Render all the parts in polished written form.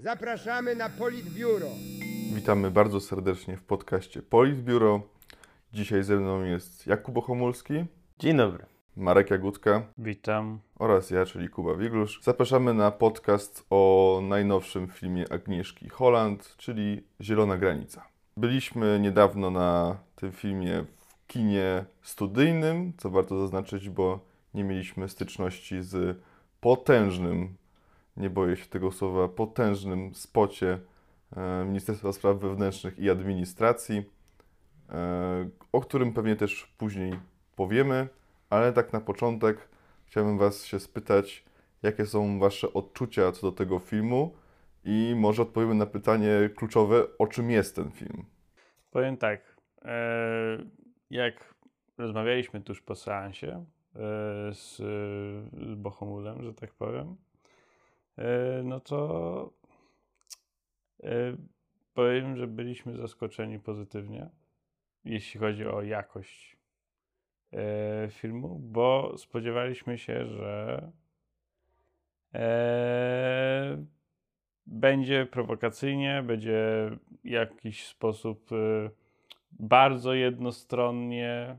Zapraszamy na Politbiuro. Witamy bardzo serdecznie w podcaście Politbiuro. Dzisiaj ze mną jest Jakub Ochomulski. Dzień dobry. Marek Jagódka. Witam. Oraz ja, czyli Kuba Wiglusz. Zapraszamy na podcast o najnowszym filmie Agnieszki Holland, czyli Zielona Granica. Byliśmy niedawno na tym filmie w kinie studyjnym, co warto zaznaczyć, bo nie mieliśmy styczności z potężnym, nie boję się tego słowa, potężnym spocie Ministerstwa Spraw Wewnętrznych i Administracji, o którym pewnie też później powiemy, ale tak na początek chciałbym Was się spytać, jakie są Wasze odczucia co do tego filmu i może odpowiemy na pytanie kluczowe, o czym jest ten film. Powiem tak, jak rozmawialiśmy tuż po seansie z Bohomulem, że tak powiem, no to powiem, że byliśmy zaskoczeni pozytywnie, jeśli chodzi o jakość filmu, bo spodziewaliśmy się, że będzie prowokacyjnie, będzie w jakiś sposób bardzo jednostronnie,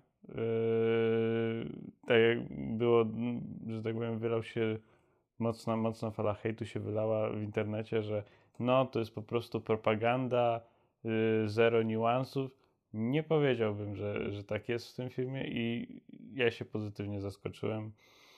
tak jak było, że tak powiem, wylał się mocna fala hejtu się wylała w internecie, że no to jest po prostu propaganda, zero niuansów. Nie powiedziałbym, że tak jest w tym filmie i ja się pozytywnie zaskoczyłem.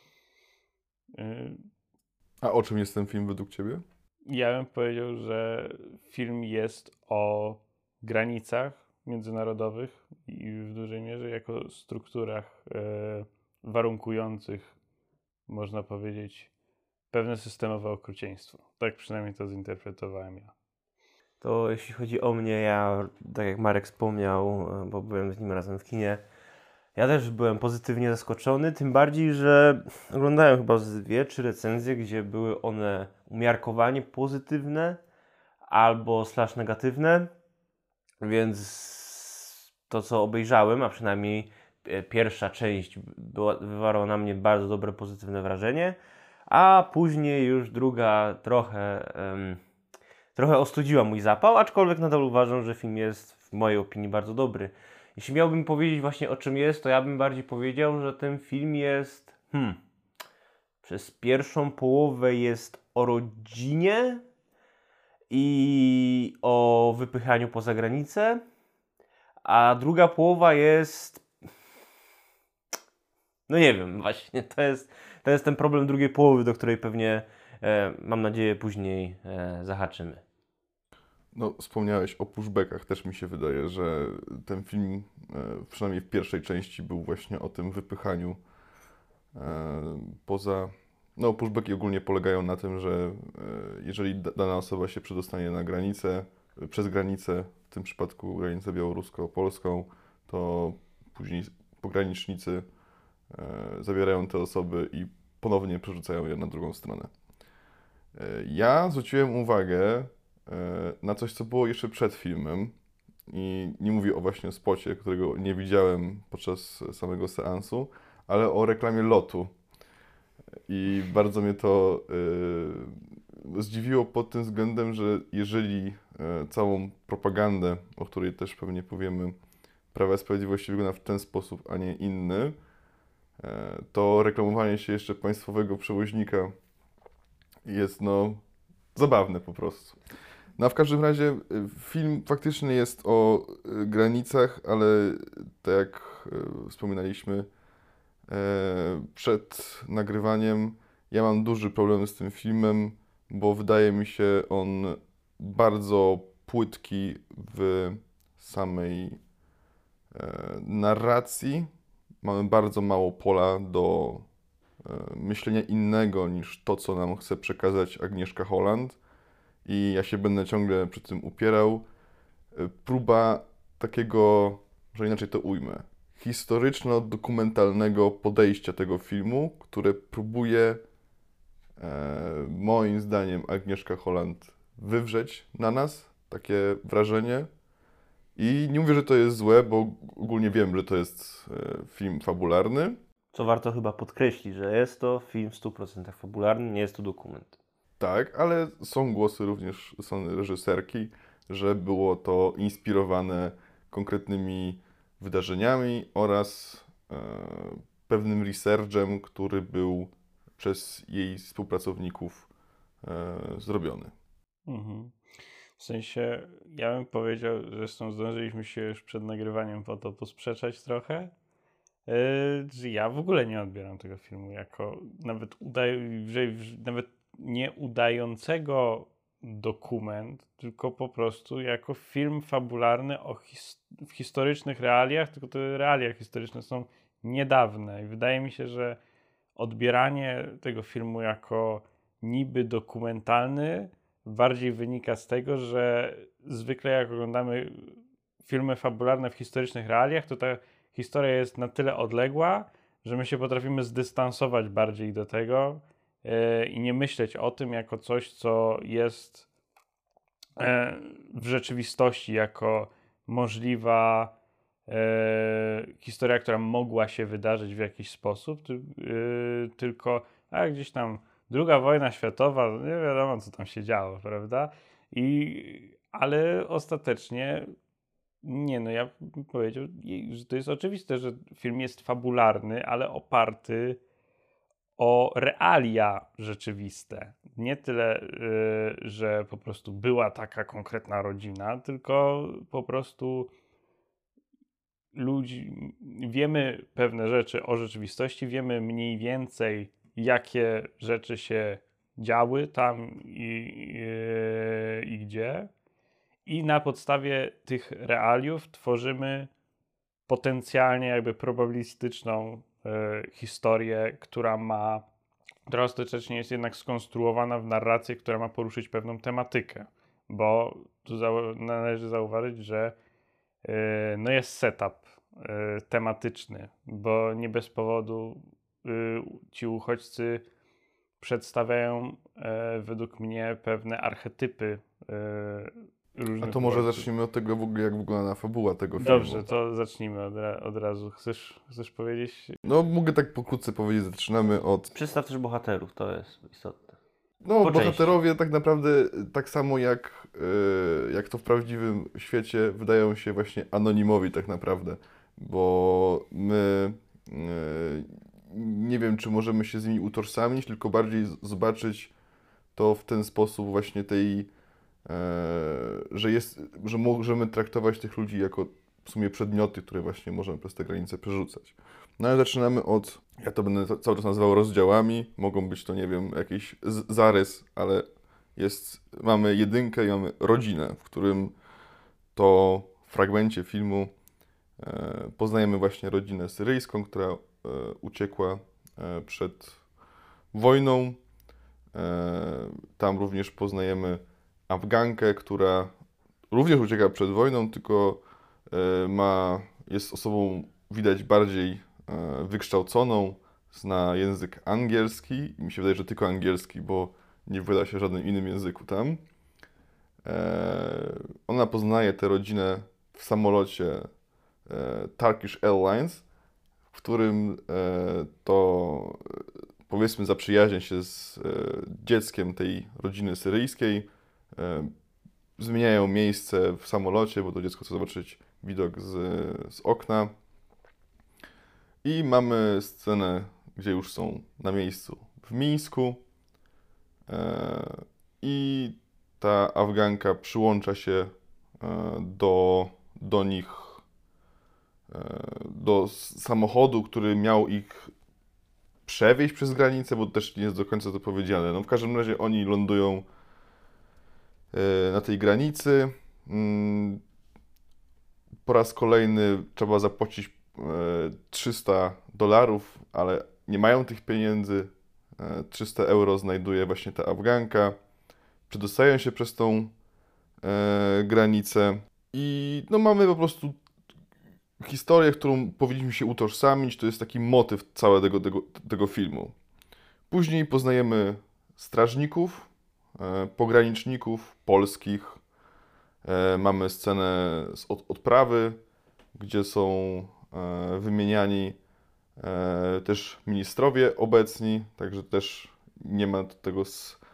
A o czym jest ten film według Ciebie? Ja bym powiedział, że film jest o granicach międzynarodowych i w dużej mierze jako strukturach warunkujących, można powiedzieć, pewne systemowe okrucieństwo. Tak przynajmniej to zinterpretowałem ja. To jeśli chodzi o mnie, ja, tak jak Marek wspomniał, bo byłem z nim razem w kinie, ja też byłem pozytywnie zaskoczony, tym bardziej, że oglądałem chyba z 2-3 recenzje, gdzie były one umiarkowanie pozytywne albo / negatywne, więc to, co obejrzałem, a przynajmniej pierwsza część wywarła na mnie bardzo dobre, pozytywne wrażenie, a później już druga trochę ostudziła mój zapał, aczkolwiek nadal uważam, że film jest w mojej opinii bardzo dobry. Jeśli miałbym powiedzieć właśnie o czym jest, to ja bym bardziej powiedział, że ten film jest... Przez pierwszą połowę jest o rodzinie i o wypychaniu poza granicę, a druga połowa jest... No nie wiem, właśnie, to jest ten problem drugiej połowy, do której pewnie, mam nadzieję, później zahaczymy. No, wspomniałeś o pushbackach. Też mi się wydaje, że ten film, przynajmniej w pierwszej części, był właśnie o tym wypychaniu poza... No, pushbacki ogólnie polegają na tym, że jeżeli dana osoba się przedostanie na granicę, przez granicę, w tym przypadku granicę białorusko-polską, to później pogranicznicy zabierają te osoby i ponownie przerzucają je na drugą stronę. Ja zwróciłem uwagę na coś, co było jeszcze przed filmem i nie mówię o właśnie spocie, którego nie widziałem podczas samego seansu, ale o reklamie lotu. I bardzo mnie to zdziwiło pod tym względem, że jeżeli całą propagandę, o której też pewnie powiemy, Prawa i Sprawiedliwości wygląda w ten sposób, a nie inny, to reklamowanie się jeszcze państwowego przewoźnika jest zabawne po prostu. No a w każdym razie film faktycznie jest o granicach, ale tak jak wspominaliśmy przed nagrywaniem, ja mam duży problem z tym filmem, bo wydaje mi się on bardzo płytki w samej narracji. Mamy bardzo mało pola do myślenia innego niż to, co nam chce przekazać Agnieszka Holland. I ja się będę ciągle przy tym upierał. Próba takiego, że inaczej to ujmę, historyczno-dokumentalnego podejścia tego filmu, które próbuje, moim zdaniem, Agnieszka Holland wywrzeć na nas, takie wrażenie. I nie mówię, że to jest złe, bo ogólnie wiem, że to jest film fabularny. Co warto chyba podkreślić, że jest to film w 100% fabularny, nie jest to dokument. Tak, ale są głosy również strony reżyserki, że było to inspirowane konkretnymi wydarzeniami oraz pewnym researchem, który był przez jej współpracowników zrobiony. Mhm. W sensie, ja bym powiedział, zresztą zdążyliśmy się już przed nagrywaniem po to posprzeczać trochę, że ja w ogóle nie odbieram tego filmu jako nawet nie udającego dokument, tylko po prostu jako film fabularny w historycznych realiach, tylko te realia historyczne są niedawne i wydaje mi się, że odbieranie tego filmu jako niby dokumentalny bardziej wynika z tego, że zwykle jak oglądamy filmy fabularne w historycznych realiach, to ta historia jest na tyle odległa, że my się potrafimy zdystansować bardziej do tego i nie myśleć o tym jako coś, co jest w rzeczywistości, jako możliwa historia, która mogła się wydarzyć w jakiś sposób, tylko gdzieś tam II wojna światowa, nie wiadomo co tam się działo, prawda? Ale ostatecznie nie, no ja bym powiedział, że to jest oczywiste, że film jest fabularny, ale oparty o realia rzeczywiste. Nie tyle, że po prostu była taka konkretna rodzina, tylko po prostu wiemy pewne rzeczy o rzeczywistości, wiemy mniej więcej, jakie rzeczy się działy tam i gdzie. I na podstawie tych realiów tworzymy potencjalnie jakby probabilistyczną historię, która ostatecznie jest jednak skonstruowana w narrację, która ma poruszyć pewną tematykę. Bo tu należy zauważyć, że no jest setup tematyczny, bo nie bez powodu ci uchodźcy przedstawiają według mnie pewne archetypy różnych A to może uchodźców. zacznijmy od tego w ogóle, jak wygląda fabuła tego filmu. Dobrze, to zacznijmy od razu. Chcesz powiedzieć? No, mogę tak pokrótce powiedzieć, zaczynamy od... Przedstaw też bohaterów, to jest istotne. No, Po bohaterowie tak naprawdę, tak samo jak to w prawdziwym świecie, wydają się właśnie anonimowi tak naprawdę, bo my nie wiem, czy możemy się z nimi utożsamić, tylko bardziej zobaczyć to w ten sposób właśnie że możemy traktować tych ludzi jako w sumie przedmioty, które właśnie możemy przez te granice przerzucać. No ale zaczynamy od, ja to będę cały czas nazywał rozdziałami, mogą być to, nie wiem, jakiś zarys, ale mamy jedynkę i mamy rodzinę, w którym to w fragmencie filmu poznajemy właśnie rodzinę syryjską, która uciekła przed wojną. Tam również poznajemy Afgankę, która również ucieka przed wojną, tylko jest osobą widać bardziej wykształconą, zna język angielski. Mi się wydaje, że tylko angielski, bo nie wypowiada się w żadnym innym języku tam. Ona poznaje tę rodzinę w samolocie Turkish Airlines, w którym to powiedzmy zaprzyjaźnia się z dzieckiem tej rodziny syryjskiej. Zmieniają miejsce w samolocie, bo to dziecko chce zobaczyć widok z okna. I mamy scenę, gdzie już są na miejscu w Mińsku. I ta Afganka przyłącza się do nich, do samochodu, który miał ich przewieźć przez granicę, bo też nie jest do końca to powiedziane. No w każdym razie oni lądują na tej granicy. Po raz kolejny trzeba zapłacić $300, ale nie mają tych pieniędzy. 300 euro znajduje właśnie ta Afganka. Przedostają się przez tą granicę i no mamy po prostu historię, którą powinniśmy się utożsamić. To jest taki motyw całego tego filmu. Później poznajemy strażników, pograniczników polskich. Mamy scenę z odprawy, gdzie są wymieniani też ministrowie obecni, także też nie ma tego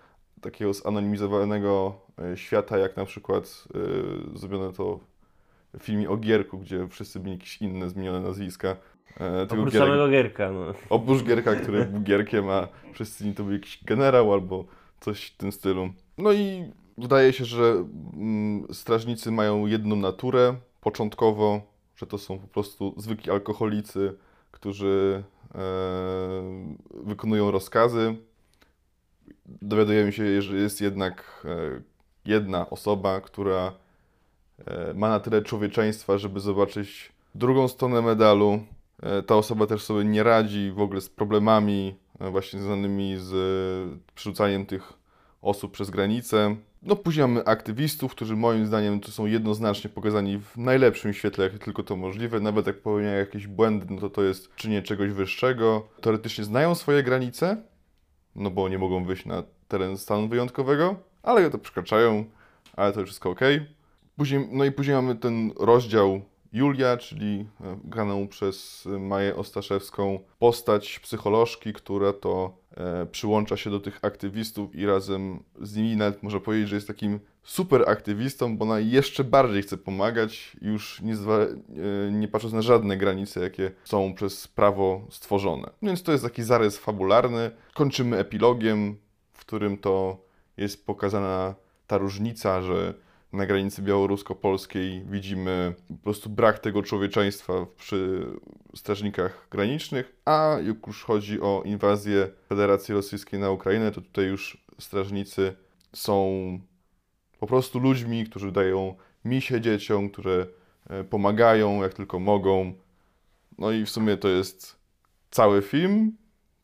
takiego zanonimizowanego świata, jak na przykład zrobione to w filmie o Gierku, gdzie wszyscy byli jakieś inne zmienione nazwiska. Oprócz samego Gierka. No. Oprócz Gierka, który był Gierkiem, a wszyscy inni to był jakiś generał albo coś w tym stylu. No i wydaje się, że strażnicy mają jedną naturę początkowo, że to są po prostu zwykli alkoholicy, którzy wykonują rozkazy. Dowiadujemy się, że jest jednak jedna osoba, która ma na tyle człowieczeństwa, żeby zobaczyć drugą stronę medalu. Ta osoba też sobie nie radzi w ogóle z problemami właśnie związanymi z przerzucaniem tych osób przez granicę. No później mamy aktywistów, którzy moim zdaniem tu są jednoznacznie pokazani w najlepszym świetle, jak tylko to możliwe. Nawet jak popełniają jakieś błędy, no to jest czynienie czegoś wyższego. Teoretycznie znają swoje granice, no bo nie mogą wyjść na teren stanu wyjątkowego, ale to przekraczają, ale to już wszystko ok. Później mamy ten rozdział Julia, czyli graną przez Maję Ostaszewską, postać psycholożki, która to przyłącza się do tych aktywistów i razem z nimi nawet można powiedzieć, że jest takim super aktywistą, bo ona jeszcze bardziej chce pomagać, już nie patrząc na żadne granice, jakie są przez prawo stworzone. Więc to jest taki zarys fabularny. Kończymy epilogiem, w którym to jest pokazana ta różnica, że na granicy białorusko-polskiej widzimy po prostu brak tego człowieczeństwa przy strażnikach granicznych, a jak już chodzi o inwazję Federacji Rosyjskiej na Ukrainę, to tutaj już strażnicy są po prostu ludźmi, którzy dają misie dzieciom, które pomagają jak tylko mogą. No i w sumie to jest cały film,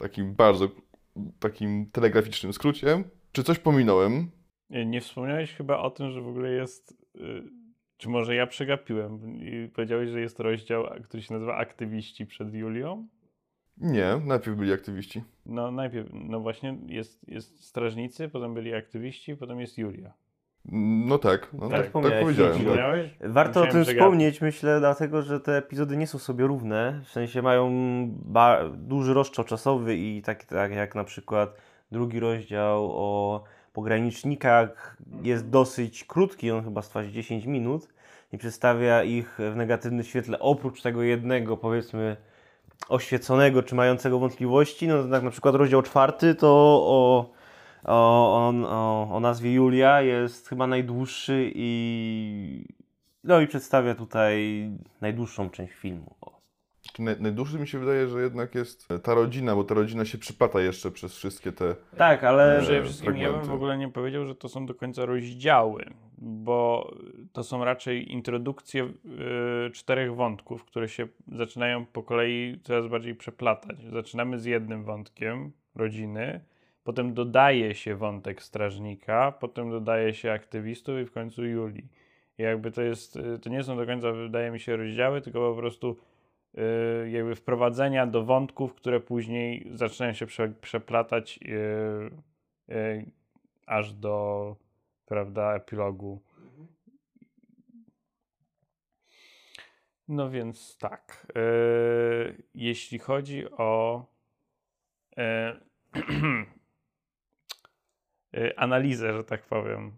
takim telegraficznym skrócie. Czy coś pominąłem? Nie wspomniałeś chyba o tym, że w ogóle jest, czy może ja przegapiłem i powiedziałeś, że jest rozdział, który się nazywa Aktywiści przed Julią? Nie, najpierw byli aktywiści. No najpierw, no właśnie jest strażnicy, potem byli aktywiści, potem jest Julia. No tak, tak powiedziałem. Wspomniałeś? Warto o Musiałem tym przegapić. wspomnieć, myślę, dlatego, że te epizody nie są sobie równe. W sensie mają duży rozstrzał czasowy i tak jak na przykład drugi rozdział o pogranicznikach jest dosyć krótki, on chyba trwa 10 minut i przedstawia ich w negatywnym świetle, oprócz tego jednego, powiedzmy, oświeconego czy mającego wątpliwości. No tak na przykład rozdział 4 to o nazwie Julia jest chyba najdłuższy i przedstawia tutaj najdłuższą część filmu. Najdłuższy mi się wydaje, że jednak jest ta rodzina, bo ta rodzina się przypata jeszcze przez wszystkie te Tak, ale Przede wszystkim ja bym fragmenty. w ogóle nie powiedział, że to są do końca rozdziały, bo to są raczej introdukcje 4 wątków, które się zaczynają po kolei coraz bardziej przeplatać. Zaczynamy z jednym wątkiem rodziny, potem dodaje się wątek strażnika, potem dodaje się aktywistów i w końcu Julii. I jakby to nie są do końca, wydaje mi się, rozdziały, tylko po prostu jakby wprowadzenia do wątków, które później zaczynają się przeplatać aż do, prawda, epilogu. No więc tak. Jeśli chodzi o analizę, że tak powiem,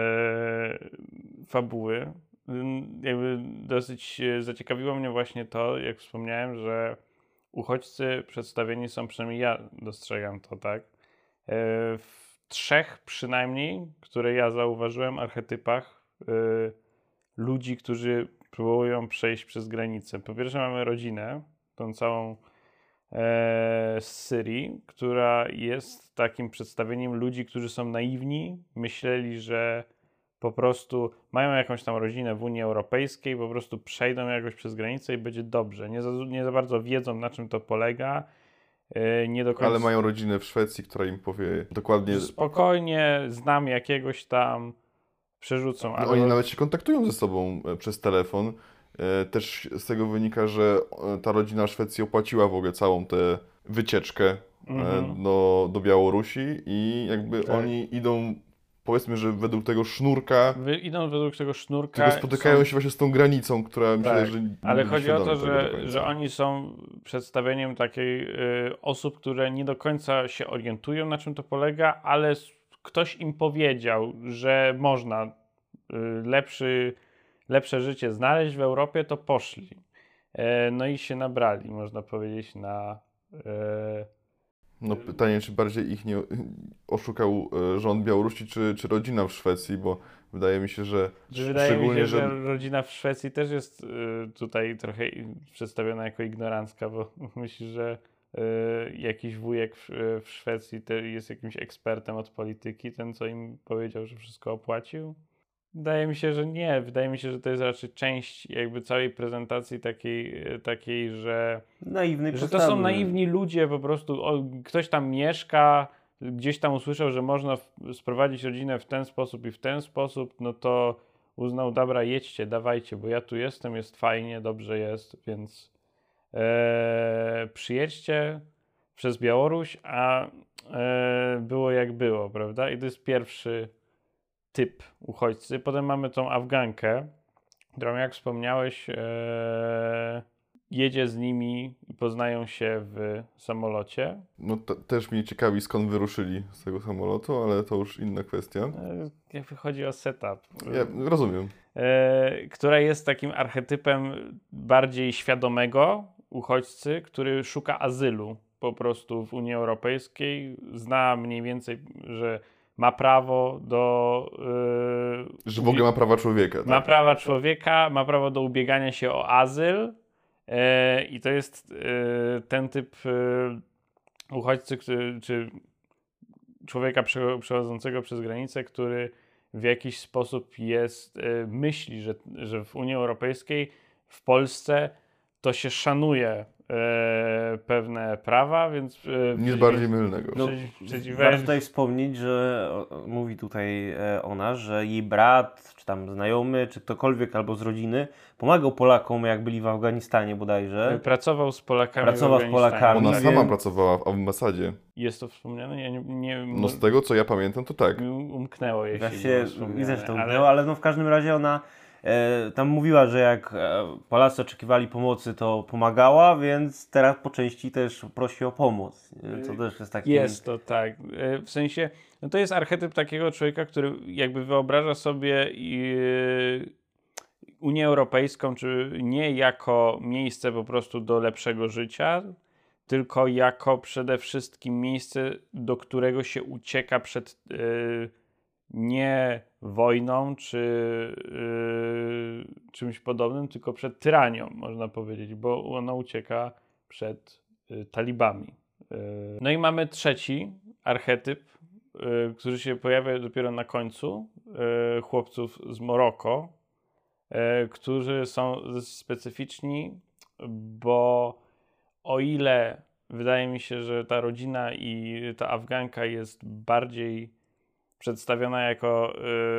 fabuły, jakby dosyć zaciekawiło mnie właśnie to, jak wspomniałem, że uchodźcy przedstawieni są, przynajmniej ja dostrzegam to, tak, w 3 przynajmniej, które ja zauważyłem, archetypach ludzi, którzy próbują przejść przez granicę. Po pierwsze mamy rodzinę, tą całą z Syrii, która jest takim przedstawieniem ludzi, którzy są naiwni, myśleli, że po prostu mają jakąś tam rodzinę w Unii Europejskiej, po prostu przejdą jakoś przez granicę i będzie dobrze. Nie za bardzo wiedzą, na czym to polega. Nie do końca... Ale mają rodzinę w Szwecji, która im powie dokładnie... Spokojnie, znam jakiegoś tam, przerzucą. Ale... Oni nawet się kontaktują ze sobą przez telefon. Też z tego wynika, że ta rodzina w Szwecji opłaciła w ogóle całą tę wycieczkę do Białorusi i jakby tak. Oni idą, powiedzmy, że według tego sznurka, idą według tego sznurka. tylko spotykają się właśnie z tą granicą, która myślę, że... Ale chodzi o to, że oni są przedstawieniem takiej osób, które nie do końca się orientują, na czym to polega, ale ktoś im powiedział, że można lepsze życie znaleźć w Europie, to poszli. No i się nabrali, można powiedzieć, na... No pytanie, czy bardziej ich nie oszukał rząd Białorusi, czy rodzina w Szwecji, bo wydaje mi się, że Wydaje mi szczególnie, się, że rodzina w Szwecji też jest tutaj trochę przedstawiona jako ignorancka, bo myślę, że jakiś wujek w Szwecji jest jakimś ekspertem od polityki, ten co im powiedział, że wszystko opłacił. Wydaje mi się, że nie. Wydaje mi się, że to jest raczej część jakby całej prezentacji takiej, że Naiwnej to są postawy. naiwni ludzie po prostu. Ktoś tam mieszka, gdzieś tam usłyszał, że można sprowadzić rodzinę w ten sposób i w ten sposób, no to uznał, dobra, jedźcie, dawajcie, bo ja tu jestem, jest fajnie, dobrze jest, więc przyjedźcie przez Białoruś, a było jak było, prawda? I to jest pierwszy typ uchodźcy. Potem mamy tą Afgankę, którą jak wspomniałeś jedzie z nimi i poznają się w samolocie. no też mnie ciekawi, skąd wyruszyli z tego samolotu, ale to już inna kwestia. Jak chodzi o setup. Ja rozumiem. Która jest takim archetypem bardziej świadomego uchodźcy, który szuka azylu po prostu w Unii Europejskiej. Zna mniej więcej, że ma prawo do... Że w ogóle ma prawa człowieka. Tak? Ma prawa człowieka, ma prawo do ubiegania się o azyl i to jest ten typ uchodźcy, czy człowieka przechodzącego przez granicę, który w jakiś sposób myśli, że w Unii Europejskiej, w Polsce to się szanuje pewne prawa, więc... Nic bardziej mylnego. No, warto tutaj wspomnieć, że mówi tutaj ona, że jej brat, czy tam znajomy, czy ktokolwiek albo z rodziny pomagał Polakom, jak byli w Afganistanie bodajże. Pracował z Polakami Pracował w z Polakami. Afganistanie. Ona sama wiem. pracowała w ambasadzie. Jest to wspomniane? Ja nie No z tego, co ja pamiętam, to tak. mi umknęło, jeśli Właśnie było wspomniane, widzę, że to ale- umknęło, ale no w każdym razie ona tam mówiła, że jak Polacy oczekiwali pomocy, to pomagała, więc teraz po części też prosi o pomoc. Co też jest takim... Jest to tak. W sensie, no to jest archetyp takiego człowieka, który jakby wyobraża sobie Unię Europejską, czy nie jako miejsce po prostu do lepszego życia, tylko jako przede wszystkim miejsce, do którego się ucieka przed nie wojną, czy czymś podobnym, tylko przed tyranią, można powiedzieć, bo ona ucieka przed talibami. No i mamy trzeci archetyp, który się pojawia dopiero na końcu, chłopców z Maroko, którzy są dosyć specyficzni, bo o ile wydaje mi się, że ta rodzina i ta Afganka jest bardziej przedstawiona jako,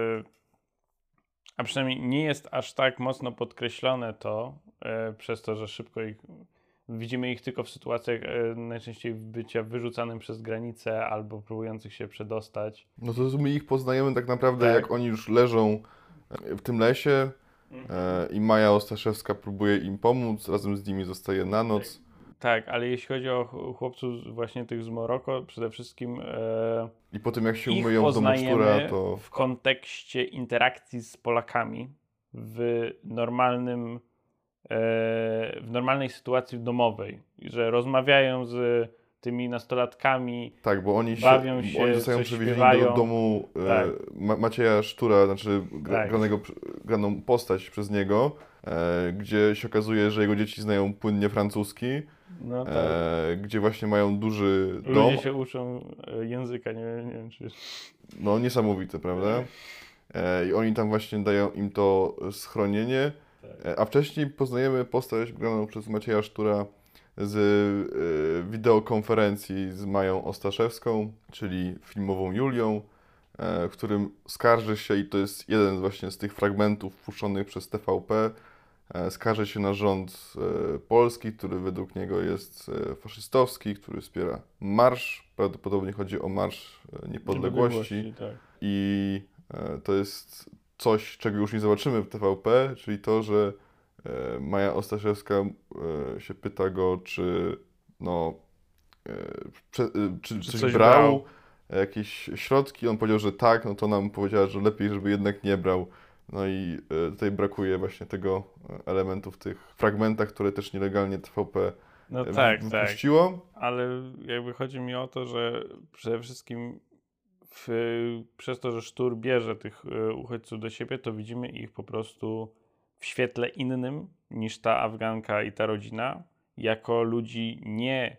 a przynajmniej nie jest aż tak mocno podkreślone to, przez to, że szybko widzimy ich tylko w sytuacjach najczęściej bycia wyrzucanym przez granicę albo próbujących się przedostać. No to my ich poznajemy tak naprawdę, Tak. jak oni już leżą w tym lesie i Maja Ostaszewska próbuje im pomóc, razem z nimi zostaje na noc. Tak, ale jeśli chodzi o chłopców właśnie tych z Maroko, przede wszystkim I po tym jak się ich umyją do poznajemy mocztura, to... w kontekście interakcji z Polakami w normalnej sytuacji domowej, że rozmawiają z tymi nastolatkami, Tak, bo oni bawią się, oni zostają coś przewiezieni śpiewają. do domu Tak. Macieja Sztura, znaczy Tak. graną postać przez niego, gdzie się okazuje, że jego dzieci znają płynnie francuski, no tak. gdzie właśnie mają duży dom. Ludzie się uczą języka, nie wiem czy... No niesamowite, prawda? I oni tam właśnie dają im to schronienie, a wcześniej poznajemy postać graną przez Macieja Sztura z wideokonferencji z Mają Ostaszewską, czyli filmową Julią, w którym skarży się, i to jest jeden właśnie z tych fragmentów wpuszczonych przez TVP, skarży się na rząd polski, który według niego jest faszystowski, który wspiera marsz, prawdopodobnie chodzi o Marsz Niepodległości. Tak. I to jest coś, czego już nie zobaczymy w TVP, czyli to, że Maja Ostaszewska się pyta go, czy no, czy coś coś brał jakieś środki. On powiedział, że tak, no to nam powiedziała, że lepiej, żeby jednak nie brał. No i tutaj brakuje właśnie tego elementu w tych fragmentach, które też nielegalnie TVP No tak, wypuściło. ale jakby chodzi mi o to, że przede wszystkim przez to, że Sztur bierze tych uchodźców do siebie, to widzimy ich po prostu w świetle innym niż ta Afganka i ta rodzina, jako ludzi nie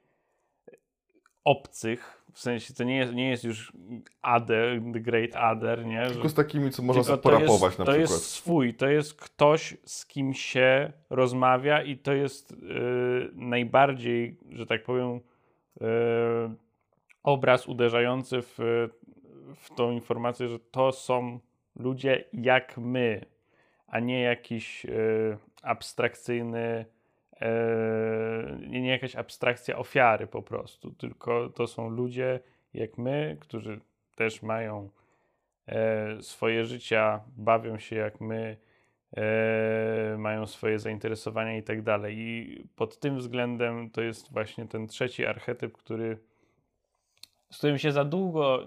obcych, w sensie to nie jest już Other, The Great Other, nie? Tylko z takimi, co można sobie Tylko porapować na to przykład. jest swój, to jest ktoś, z kim się rozmawia i to jest najbardziej, że tak powiem, obraz uderzający w tą informację, że to są ludzie jak my, a nie jakiś abstrakcyjny, nie jakaś abstrakcja ofiary po prostu, tylko to są ludzie jak my, którzy też mają swoje życia, bawią się jak my, mają swoje zainteresowania i tak dalej. I pod tym względem to jest właśnie ten trzeci archetyp, z którym się za długo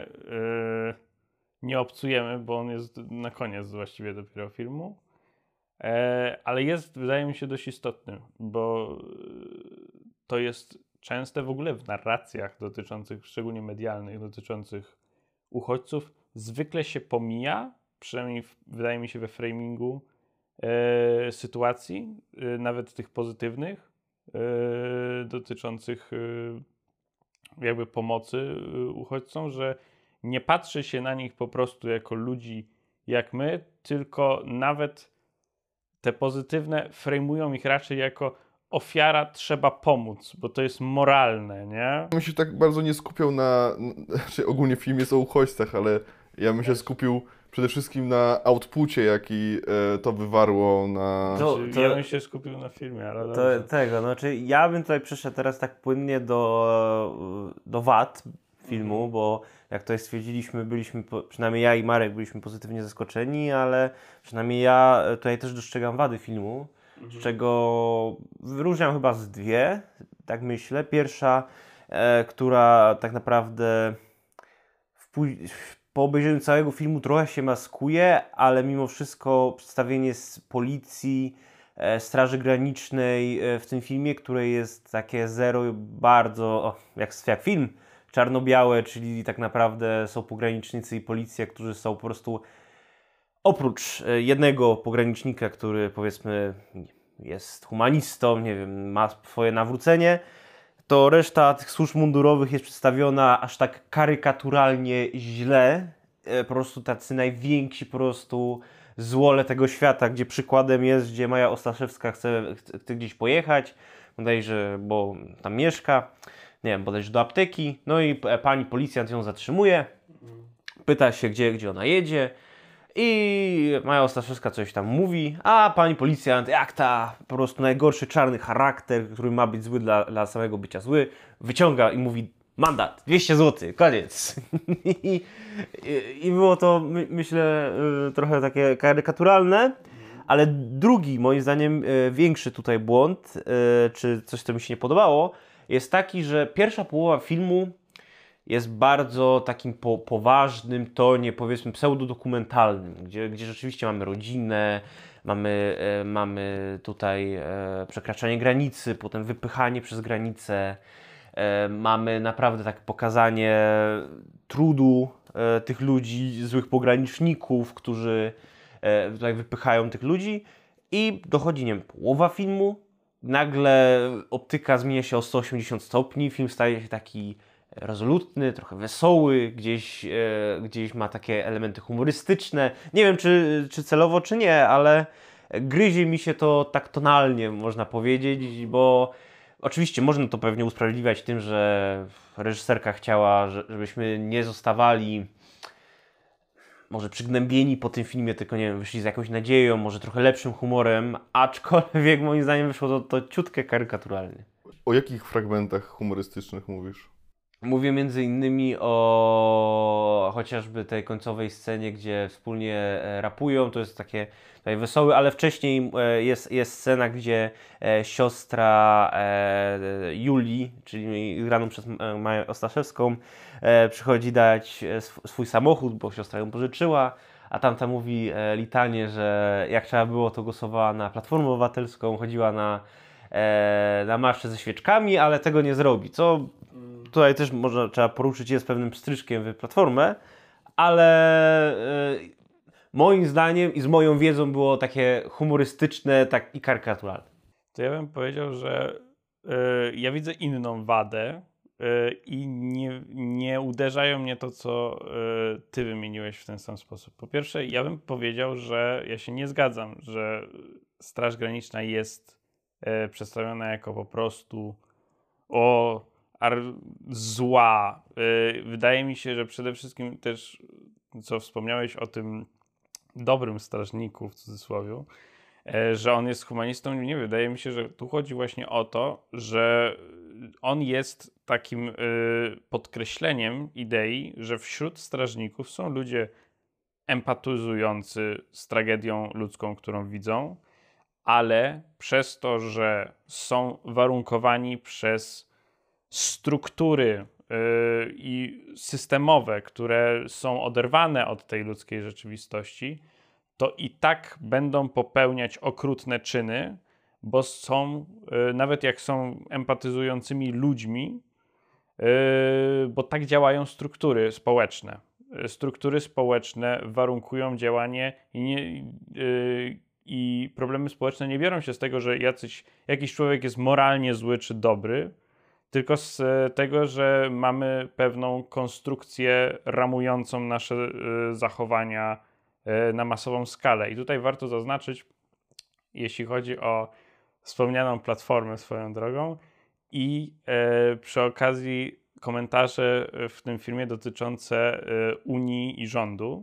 nie obcujemy, bo on jest na koniec właściwie dopiero filmu, ale jest, wydaje mi się, dość istotny, bo to jest częste w ogóle w narracjach dotyczących, szczególnie medialnych, dotyczących uchodźców, zwykle się pomija, przynajmniej wydaje mi się we framingu sytuacji, nawet tych pozytywnych, dotyczących jakby pomocy uchodźcom, że nie patrzy się na nich po prostu jako ludzi jak my, tylko nawet te pozytywne frejmują ich raczej jako ofiara, trzeba pomóc, bo to jest moralne, nie? bym się tak bardzo nie skupiał znaczy ogólnie film jest o uchodźcach, ale ja bym się skupił przede wszystkim na outpucie, jaki to wywarło na... Ja bym się skupił na filmie, ale dobrze. Znaczy ja bym tutaj przeszedł teraz tak płynnie do wad filmu, bo jak tutaj stwierdziliśmy, przynajmniej ja i Marek byliśmy pozytywnie zaskoczeni, ale przynajmniej ja tutaj też dostrzegam wady filmu, z czego wyróżniam chyba z dwie, tak myślę. Pierwsza, która tak naprawdę po obejrzeniu całego filmu trochę się maskuje, ale mimo wszystko przedstawienie z policji, Straży Granicznej w tym filmie, które jest takie zero bardzo, jak film, czarno-białe, czyli tak naprawdę są pogranicznicy i policja, którzy są po prostu oprócz jednego pogranicznika, który powiedzmy jest humanistą, nie wiem, ma swoje nawrócenie, to reszta tych służb mundurowych jest przedstawiona aż tak karykaturalnie źle. Po prostu tacy najwięksi po prostu złole tego świata, gdzie przykładem jest, gdzie Maja Ostaszewska chce gdzieś pojechać, bodajże, bo tam mieszka, nie wiem, bodajże do apteki, no i pani policjant ją zatrzymuje, pyta się, gdzie ona jedzie i Maja Ostaszewska coś tam mówi, a pani policjant, jak ta po prostu najgorszy czarny charakter, który ma być zły dla samego bycia zły, wyciąga i mówi mandat, 200 zł, koniec. I było to, myślę, trochę takie karykaturalne, ale drugi, moim zdaniem, większy tutaj błąd, czy coś, co mi się nie podobało, jest taki, że pierwsza połowa filmu jest bardzo takim poważnym tonie, powiedzmy pseudodokumentalnym, gdzie rzeczywiście mamy rodzinę, mamy tutaj przekraczanie granicy, potem wypychanie przez granicę, mamy naprawdę takie pokazanie trudu tych ludzi, złych pograniczników, którzy tutaj wypychają tych ludzi i dochodzi, nie wiem, połowa filmu, nagle optyka zmienia się o 180 stopni, film staje się taki rezolutny, trochę wesoły, gdzieś ma takie elementy humorystyczne. Nie wiem, czy celowo, czy nie, ale gryzie mi się to tak tonalnie, można powiedzieć, bo oczywiście można to pewnie usprawiedliwiać tym, że reżyserka chciała, żebyśmy nie zostawali może przygnębieni po tym filmie, tylko nie wiem, wyszli z jakąś nadzieją, może trochę lepszym humorem, aczkolwiek moim zdaniem wyszło to ciutkę karykaturalnie. O jakich fragmentach humorystycznych mówisz? Mówię między innymi o chociażby tej końcowej scenie, gdzie wspólnie rapują. To jest takie tutaj wesołe, ale wcześniej jest scena, gdzie siostra Julii, czyli graną przez Maję Ostaszewską, przychodzi dać swój samochód, bo siostra ją pożyczyła, a tamta mówi litanie, że jak trzeba było, to głosowała na Platformę Obywatelską, chodziła na marsze ze świeczkami, ale tego nie zrobi, co tutaj też trzeba poruszyć, jest pewnym pstryczkiem w Platformę, ale moim zdaniem i z moją wiedzą było takie humorystyczne i karykaturalne. To ja bym powiedział, że ja widzę inną wadę i nie uderzają mnie to, co ty wymieniłeś w ten sam sposób. Po pierwsze, ja bym powiedział, że ja się nie zgadzam, że Straż Graniczna jest przedstawiona jako po prostu zła. Wydaje mi się, że przede wszystkim też, co wspomniałeś o tym dobrym strażniku w cudzysłowie, że on jest humanistą. Nie, wydaje mi się, że tu chodzi właśnie o to, że on jest takim podkreśleniem idei, że wśród strażników są ludzie empatyzujący z tragedią ludzką, którą widzą, ale przez to, że są warunkowani przez struktury i systemowe, które są oderwane od tej ludzkiej rzeczywistości, to i tak będą popełniać okrutne czyny, bo są, nawet jak są empatyzującymi ludźmi, bo tak działają struktury społeczne. Struktury społeczne warunkują działanie i problemy społeczne nie biorą się z tego, że jakiś człowiek jest moralnie zły czy dobry, tylko z tego, że mamy pewną konstrukcję ramującą nasze zachowania na masową skalę. I tutaj warto zaznaczyć, jeśli chodzi o wspomnianą Platformę swoją drogą i przy okazji komentarze w tym filmie dotyczące Unii i rządu,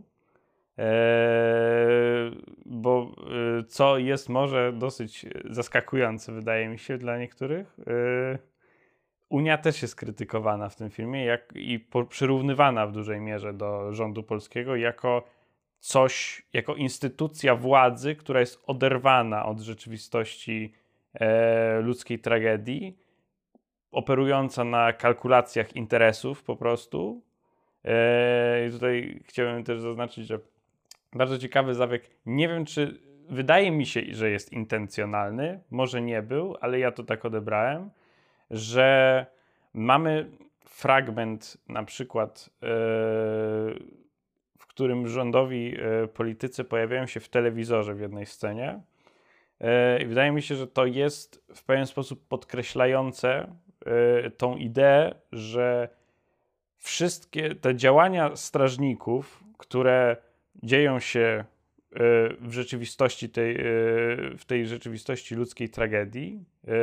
bo co jest może dosyć zaskakujące, wydaje mi się, dla niektórych, Unia też jest krytykowana w tym filmie przyrównywana w dużej mierze do rządu polskiego jako instytucja władzy, która jest oderwana od rzeczywistości ludzkiej tragedii, operująca na kalkulacjach interesów po prostu. I tutaj chciałem też zaznaczyć, że bardzo ciekawy zabieg. Nie wiem, czy wydaje mi się, że jest intencjonalny, może nie był, ale ja to tak odebrałem, że mamy fragment na przykład, w którym rządowi politycy pojawiają się w telewizorze w jednej scenie. I wydaje mi się, że to jest w pewien sposób podkreślające tą ideę, że wszystkie te działania strażników, które dzieją się w rzeczywistości w tej rzeczywistości ludzkiej tragedii,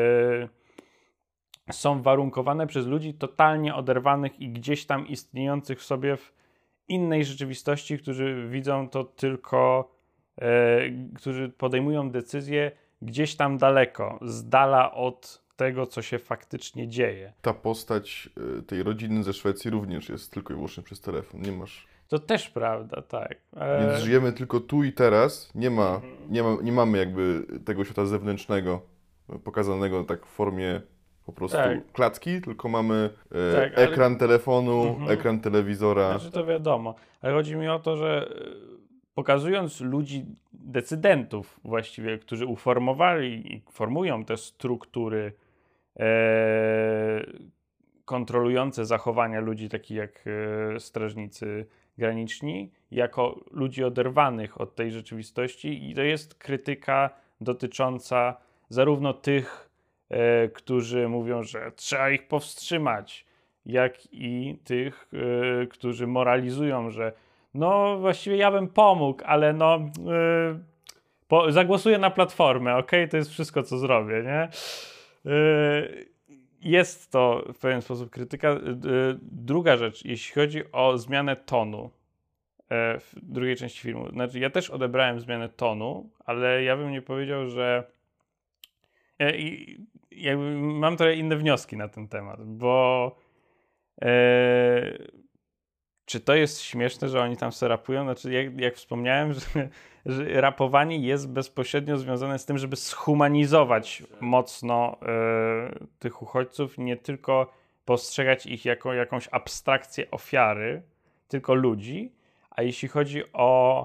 są warunkowane przez ludzi totalnie oderwanych i gdzieś tam istniejących w sobie w innej rzeczywistości, którzy widzą to tylko, którzy podejmują decyzje gdzieś tam daleko, z dala od tego, co się faktycznie dzieje. Ta postać tej rodziny ze Szwecji również jest tylko i wyłącznie przez telefon. To też prawda, tak. Więc żyjemy tylko tu i teraz. Nie mamy jakby tego świata zewnętrznego pokazanego tak w formie po prostu klatki, tylko mamy ekran telefonu, ekran telewizora. Znaczy to wiadomo, ale chodzi mi o to, że pokazując ludzi, decydentów właściwie, którzy uformowali i formują te struktury kontrolujące zachowania ludzi, takich jak strażnicy graniczni, jako ludzi oderwanych od tej rzeczywistości, i to jest krytyka dotycząca zarówno tych, którzy mówią, że trzeba ich powstrzymać, jak i tych, którzy moralizują, że no właściwie ja bym pomógł, ale no zagłosuję na Platformę, okej? To jest wszystko, co zrobię, nie? Jest to w pewien sposób krytyka. Druga rzecz, jeśli chodzi o zmianę tonu w drugiej części filmu. Znaczy, ja też odebrałem zmianę tonu, ale ja bym nie powiedział, że jakby mam trochę inne wnioski na ten temat, bo Czy to jest śmieszne, że oni tam se rapują? Znaczy, jak wspomniałem, że rapowanie jest bezpośrednio związane z tym, żeby schumanizować mocno tych uchodźców, nie tylko postrzegać ich jako jakąś abstrakcję ofiary, tylko ludzi. A jeśli chodzi o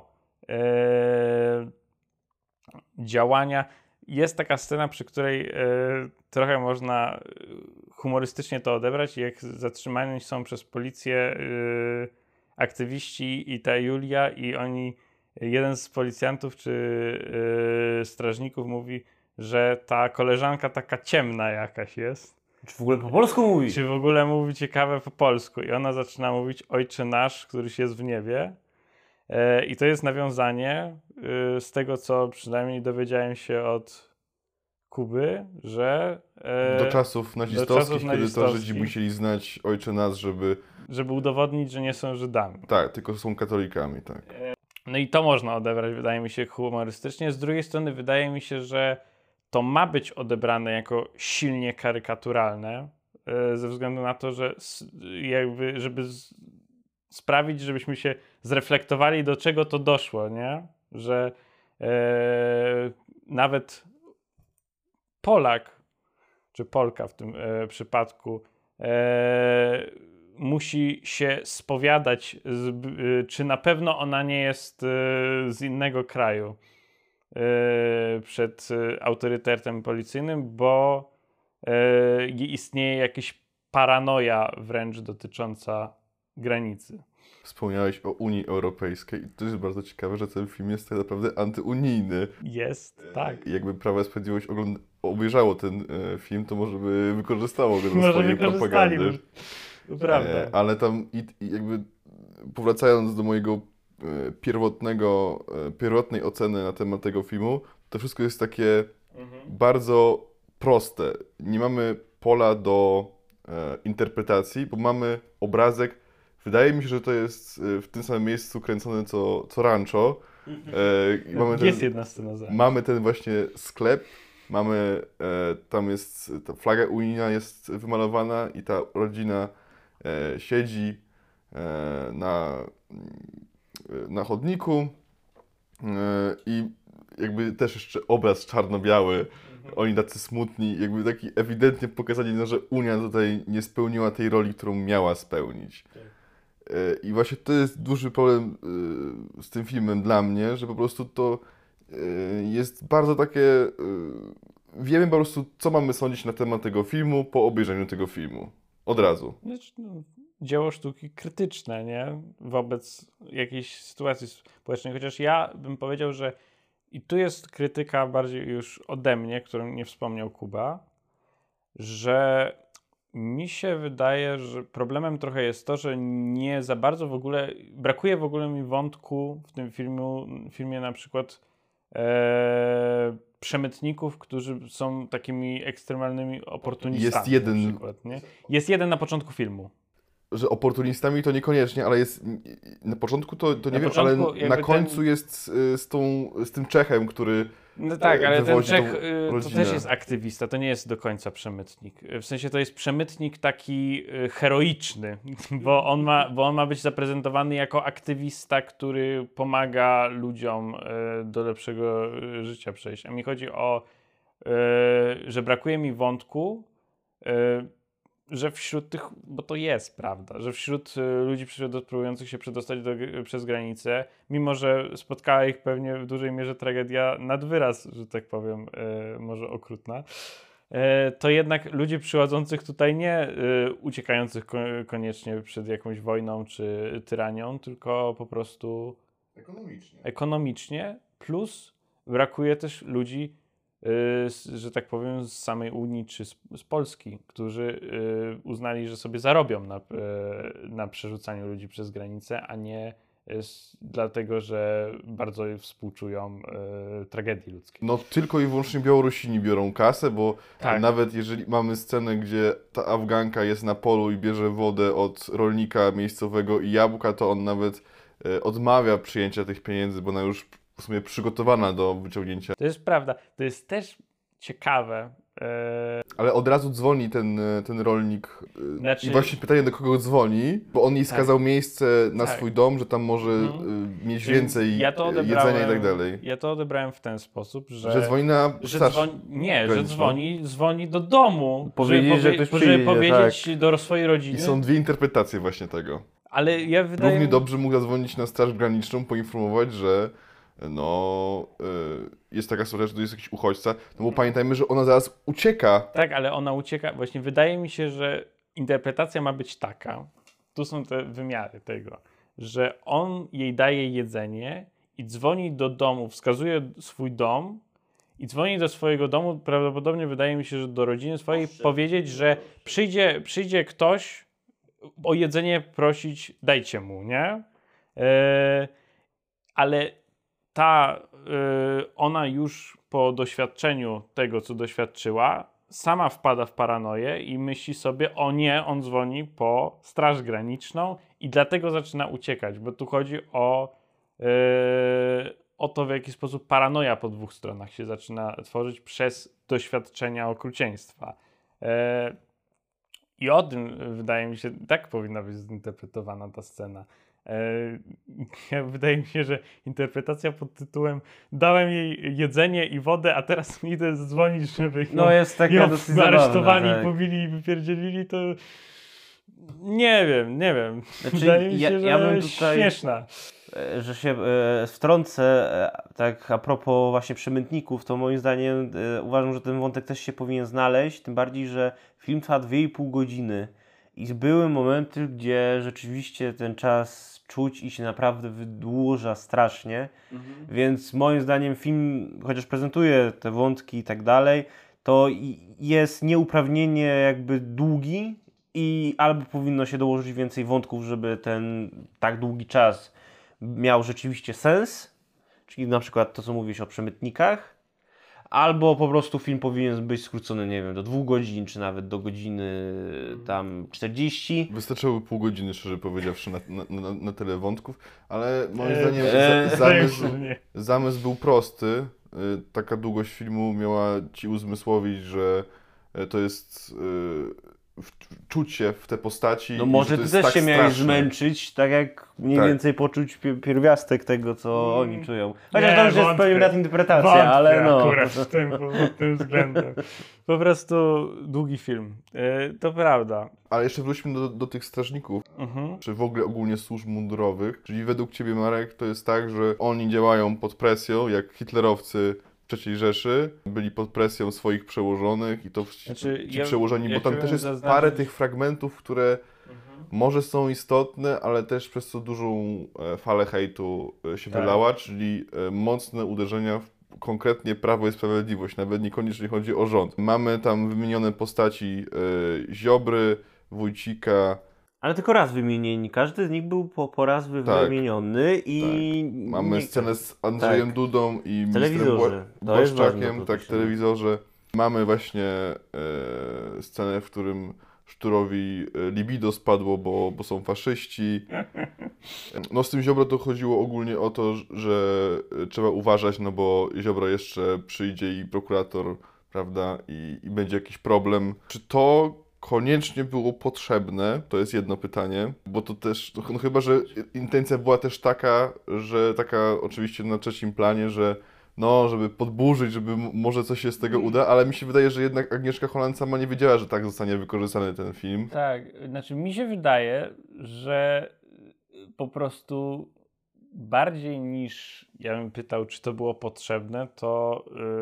działania, jest taka scena, przy której trochę można humorystycznie to odebrać, jak zatrzymani są przez policję aktywiści i ta Julia i jeden z policjantów czy strażników mówi, że ta koleżanka taka ciemna jakaś jest. Czy w ogóle po polsku mówi? Czy w ogóle mówi ciekawe po polsku i ona zaczyna mówić Ojcze nasz, któryś jest w niebie. I to jest nawiązanie z tego, co przynajmniej dowiedziałem się od Kuby, że Do czasów nazistowskich, kiedy to Żydzi nazistowskich. musieli znać Ojcze Nas, żeby udowodnić, że nie są Żydami. Tak, tylko są katolikami, tak. No i to można odebrać, wydaje mi się, humorystycznie. Z drugiej strony wydaje mi się, że to ma być odebrane jako silnie karykaturalne, ze względu na to, że jakby, żeby sprawić, żebyśmy się zreflektowali, do czego to doszło, nie? Że nawet Polak, czy Polka w tym przypadku, musi się spowiadać, czy na pewno ona nie jest z innego kraju przed autorytetem policyjnym, bo istnieje jakaś paranoja wręcz dotycząca granicy. Wspomniałeś o Unii Europejskiej i to jest bardzo ciekawe, że ten film jest tak naprawdę antyunijny. Jest, tak. Jakby Prawo i Sprawiedliwość obejrzało ten film, to może by wykorzystało go do Może swojej wykorzystali, propagandy. to prawda. Ale tam i jakby powracając do mojego pierwotnej oceny na temat tego filmu, to wszystko jest takie bardzo proste. Nie mamy pola do interpretacji, bo mamy obrazek. Wydaje mi się, że to jest w tym samym miejscu kręcone co Rancho. Jest jedna scena. Mamy ten właśnie sklep, tam jest ta flaga unijna jest wymalowana i ta rodzina siedzi na chodniku i jakby też jeszcze obraz czarno-biały, oni tacy smutni, jakby taki ewidentnie pokazanie, no, że Unia tutaj nie spełniła tej roli, którą miała spełnić. I właśnie to jest duży problem z tym filmem dla mnie, że po prostu to jest bardzo takie... Wiemy po prostu, co mamy sądzić na temat tego filmu po obejrzeniu tego filmu. Od razu. Znaczy, dzieło sztuki krytyczne, nie? Wobec jakiejś sytuacji społecznej. Chociaż ja bym powiedział, że i tu jest krytyka bardziej już ode mnie, którą nie wspomniał Kuba, że mi się wydaje, że problemem trochę jest to, że nie za bardzo w ogóle, brakuje w ogóle mi wątku w tym filmie na przykład przemytników, którzy są takimi ekstremalnymi oportunistami. Jest jeden. Na przykład, nie? Jest jeden na początku filmu. Że oportunistami to niekoniecznie, ale jest na początku to nie wiem, ale na końcu jest z tym Czechem, który no tak, ale ten wywozi Czech tą to rodzinę. też jest aktywista, to nie jest do końca przemytnik. W sensie to jest przemytnik taki heroiczny, bo on ma być zaprezentowany jako aktywista, który pomaga ludziom do lepszego życia przejść. A mi chodzi o, że brakuje mi wątku, że wśród tych, bo to jest prawda, że wśród ludzi próbujących się przedostać przez granicę, mimo że spotkała ich pewnie w dużej mierze tragedia nad wyraz, że tak powiem, może okrutna, to jednak ludzi przychodzących tutaj nie uciekających koniecznie przed jakąś wojną czy tyranią, tylko po prostu ekonomicznie, plus brakuje też ludzi, że tak powiem, z samej Unii czy z Polski, którzy uznali, że sobie zarobią na przerzucaniu ludzi przez granicę, a nie dlatego, że bardzo współczują tragedii ludzkiej. No tylko i wyłącznie Białorusini biorą kasę, bo Tak. nawet jeżeli mamy scenę, gdzie ta Afganka jest na polu i bierze wodę od rolnika miejscowego i jabłka, to on nawet odmawia przyjęcia tych pieniędzy, bo ona już w sumie przygotowana do wyciągnięcia. To jest prawda. To jest też ciekawe, Ale od razu dzwoni ten rolnik. Znaczy- I właśnie pytanie, do kogo dzwoni, bo on jej skazał miejsce na Tak. swój dom, że tam może mieć Czyli więcej ja to jedzenia i tak dalej. Ja to odebrałem w ten sposób, Że dzwoni na że straż że graniczną. dzwoni do domu. Powiedzieć, że ktoś przyjdzie, żeby powiedzieć do swojej rodziny. I są dwie interpretacje właśnie tego. Ale ja wydaje Równie mi... dobrze mógł zadzwonić na straż graniczną, poinformować, że jest taka sytuacja, że tu jest jakiś uchodźca, no bo pamiętajmy, że ona zaraz ucieka. Tak, ale ona ucieka. Właśnie wydaje mi się, że interpretacja ma być taka. Tu są te wymiary tego, że on jej daje jedzenie i dzwoni do domu, wskazuje swój dom i dzwoni do swojego domu, prawdopodobnie wydaje mi się, że do rodziny swojej, powiedzieć, że przyjdzie ktoś o jedzenie prosić, dajcie mu, nie? Ale ona już po doświadczeniu tego, co doświadczyła, sama wpada w paranoję i myśli sobie, o nie, on dzwoni po Straż Graniczną i dlatego zaczyna uciekać, bo tu chodzi o to, w jaki sposób paranoja po dwóch stronach się zaczyna tworzyć przez doświadczenia okrucieństwa. I o tym, wydaje mi się, tak powinna być zinterpretowana ta scena. Wydaje mi się, że interpretacja pod tytułem dałem jej jedzenie i wodę, a teraz mi idę dzwonić, żeby jest taka ją dosyć aresztowali, zabawna, tak. pobili i wypierdzielili, to nie wiem. Znaczy, Wydaje mi się, ja że bym tutaj- śmieszna. Że się wtrącę, tak a propos właśnie przemytników, to moim zdaniem uważam, że ten wątek też się powinien znaleźć, tym bardziej, że film trwa 2,5 godziny i były momenty, gdzie rzeczywiście ten czas czuć i się naprawdę wydłuża strasznie, więc moim zdaniem film, chociaż prezentuje te wątki i tak dalej, to jest nieuprawnienie jakby długi i albo powinno się dołożyć więcej wątków, żeby ten tak długi czas miał rzeczywiście sens, czyli na przykład to, co mówisz o przemytnikach, albo po prostu film powinien być skrócony, nie wiem, do 2 godzin, czy nawet do godziny tam 40. Wystarczyłoby pół godziny, szczerze powiedziawszy, na tyle wątków, ale moim zdaniem zamysł był prosty. Taka długość filmu miała ci uzmysłowić, że to jest czuć się w te postaci. No może to ty jest też tak się miałeś straszne. zmęczyć, tak jak mniej Tak. więcej poczuć pierwiastek tego, co oni czują. Chociaż Nie, to już jest wątpię. pewnie interpretacja, Wątpię ale no. akurat w tym względem. Po prostu długi film. To prawda. Ale jeszcze wróćmy do tych strażników, czy w ogóle ogólnie służb mundurowych. Czyli według ciebie, Marek, to jest tak, że oni działają pod presją, jak hitlerowcy w III Rzeszy byli pod presją swoich przełożonych i to Znaczy, ci ja przełożeni, bo tam chciałem też jest zaznaczyć- parę tych fragmentów, które może są istotne, ale też przez to dużą falę hejtu się Tak. wylała, czyli mocne uderzenia w konkretnie Prawo i Sprawiedliwość, nawet niekoniecznie chodzi o rząd. Mamy tam wymienione postaci Ziobry, Wójcika. Ale tylko raz wymienieni. Każdy z nich był po raz wymieniony i... Mamy scenę z Andrzejem Tak. Dudą i ministrem telewizorze. To jest ważne, Błaszczakiem, to tak, też w telewizorze. Mamy właśnie scenę, w którym Szturowi libido spadło, bo są faszyści. No z tym Ziobro to chodziło ogólnie o to, że trzeba uważać, no bo Ziobro jeszcze przyjdzie i prokurator, prawda, i będzie jakiś problem. Czy to koniecznie było potrzebne? To jest jedno pytanie, bo to też, no chyba, że intencja była też taka, że taka oczywiście na trzecim planie, że no, żeby podburzyć, żeby może coś się z tego uda, ale mi się wydaje, że jednak Agnieszka Holland sama nie wiedziała, że tak zostanie wykorzystany ten film. Tak, znaczy mi się wydaje, że po prostu bardziej niż ja bym pytał, czy to było potrzebne, to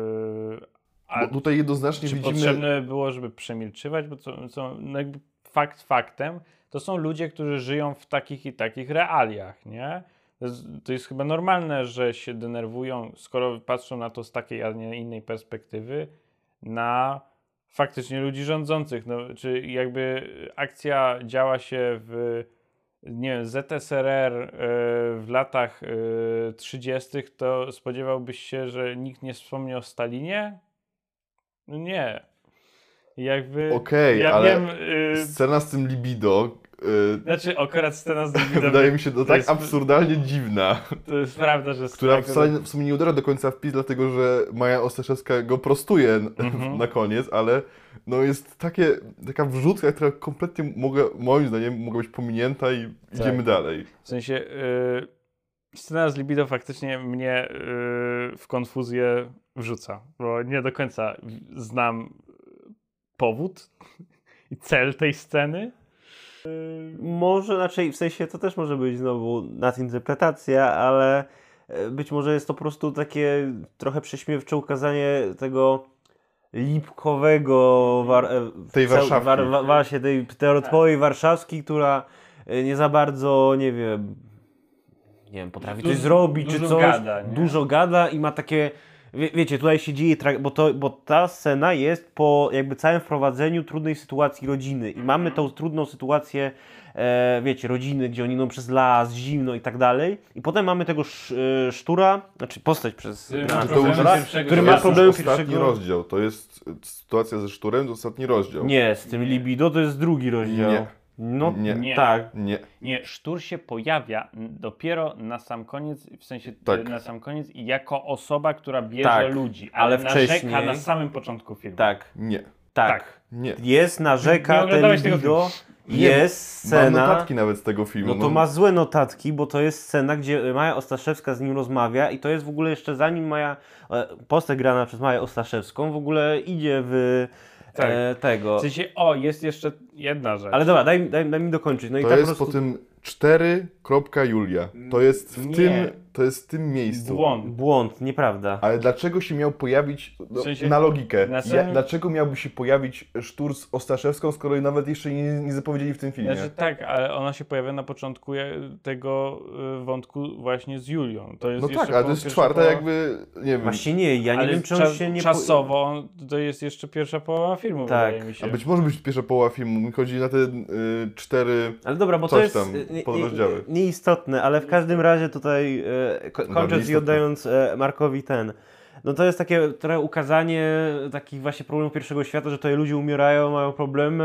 Bo tutaj jednoznacznie czy widzimy... potrzebne było, żeby przemilczywać, bo no jakby fakt faktem, to są ludzie, którzy żyją w takich i takich realiach, nie? To jest chyba normalne, że się denerwują, skoro patrzą na to z takiej, a nie innej perspektywy, na faktycznie ludzi rządzących. No, czy jakby akcja działa się w, nie wiem, ZSRR w latach 30., to spodziewałbyś się, że nikt nie wspomni o Stalinie? No nie. Jakby... Okej, ja ale wiem, scena z tym libido, Znaczy, akurat scena z Davidem... wydaje mi się to tak jest- absurdalnie dziwna, To jest prawda, że... która wcale w sumie nie uderza do końca w PiS, dlatego że Maja Ostaszewska go prostuje na koniec, ale no jest taka wrzutka, która kompletnie moim zdaniem mogła być pominięta i idziemy dalej. W sensie, scena z libido faktycznie mnie w konfuzję wrzuca, bo nie do końca znam powód i cel tej sceny. Może, znaczy w sensie to też może być znowu nadinterpretacja, ale być może jest to po prostu takie trochę prześmiewcze ukazanie tego lipkowego Tej Warszawki. właśnie tej terotwowej warszawskiej, która nie za bardzo, nie wiem, potrafi coś zrobić, czy dużo coś, gada, nie? dużo gada i ma takie, wiecie, tutaj się dzieje, bo ta scena jest po jakby całym wprowadzeniu trudnej sytuacji rodziny i mamy tą trudną sytuację, wiecie, rodziny, gdzie oni idą przez las, zimno i tak dalej i potem mamy tego Sztura, znaczy postać przez który ma problemy ostatni pierwszego... rozdział. To jest sytuacja ze Szturem, to ostatni rozdział. Nie, z tym libido to jest drugi rozdział. Nie. No Nie. tak. Nie, Sztur się pojawia dopiero na sam koniec, w sensie Tak. na sam koniec i jako osoba, która bierze Tak, ludzi, ale ale narzeka wcześniej- na samym początku filmu. Tak, Nie. tak. Nie. Jest, Nie narzeka, te oglądałeś tego libido, Nie, jest Mam scena... notatki nawet z tego filmu. No to ma złe notatki, bo to jest scena, gdzie Maja Ostaszewska z nim rozmawia i to jest w ogóle jeszcze zanim postać grana przez Maję Ostaszewską w ogóle idzie w Tak. tego. W sensie, jest jeszcze jedna rzecz. Ale dobra, daj mi dokończyć. No i To tak jest po prostu... po tym 4.Julia. To jest w tym miejscu. Błąd, nieprawda. Ale dlaczego się miał pojawić, W sensie, na logikę, na samym- dlaczego miałby się pojawić Sztur z Ostaszewską, skoro nawet jeszcze nie zapowiedzieli w tym filmie? Znaczy tak, ale ona się pojawia na początku tego wątku właśnie z Julią. To jest No jeszcze tak, ale to po jest pierwsza czwarta połowa- jakby, nie wiem. Właśnie nie, ja nie ale wiem, czy on się nie... czasowo to jest jeszcze pierwsza połowa filmu, Tak. wydaje mi się. A być może być pierwsza połowa filmu, mi chodzi na te 4... Ale dobra, bo to Coś jest tam, podrozdziały. nieistotne, ale w każdym razie tutaj kończąc i nieistotne. oddając Markowi no to jest takie trochę ukazanie takich właśnie problemów pierwszego świata, że tutaj ludzie umierają, mają problemy,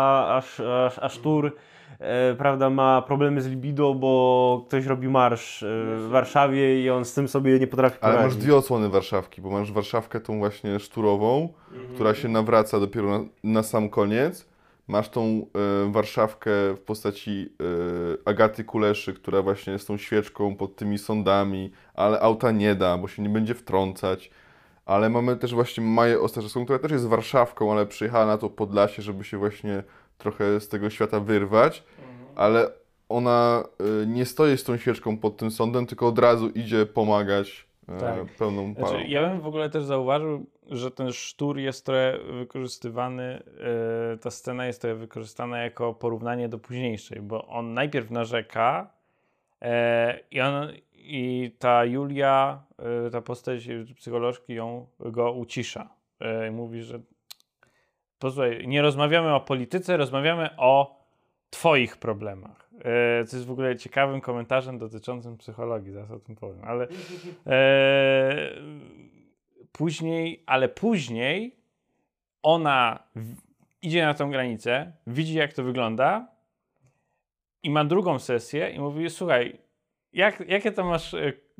a Sztur prawda, ma problemy z libido, bo ktoś robi marsz w Warszawie i on z tym sobie nie potrafi Ale poradzić. masz dwie odsłony Warszawki, bo masz Warszawkę tą właśnie szturową, która się nawraca dopiero na sam koniec. Masz tą Warszawkę w postaci Agaty Kuleszy, która właśnie jest tą świeczką pod tymi sądami, ale auta nie da, bo się nie będzie wtrącać. Ale mamy też właśnie Maję Ostaszewską, która też jest Warszawką, ale przyjechała na to Podlasie, żeby się właśnie trochę z tego świata wyrwać. Ale ona nie stoi z tą świeczką pod tym sądem, tylko od razu idzie pomagać Tak. pełną parą. Znaczy, ja bym w ogóle też zauważył, że ten Sztur jest trochę wykorzystywany, ta scena jest trochę wykorzystana jako porównanie do późniejszej, bo on najpierw narzeka i ta Julia, ta postać psycholożki go ucisza. Mówi, że posłuchaj, nie rozmawiamy o polityce, rozmawiamy o twoich problemach. Co jest w ogóle ciekawym komentarzem dotyczącym psychologii, zaraz o tym powiem, ale później ona idzie na tą granicę, widzi jak to wygląda i ma drugą sesję i mówi, słuchaj, jakie to masz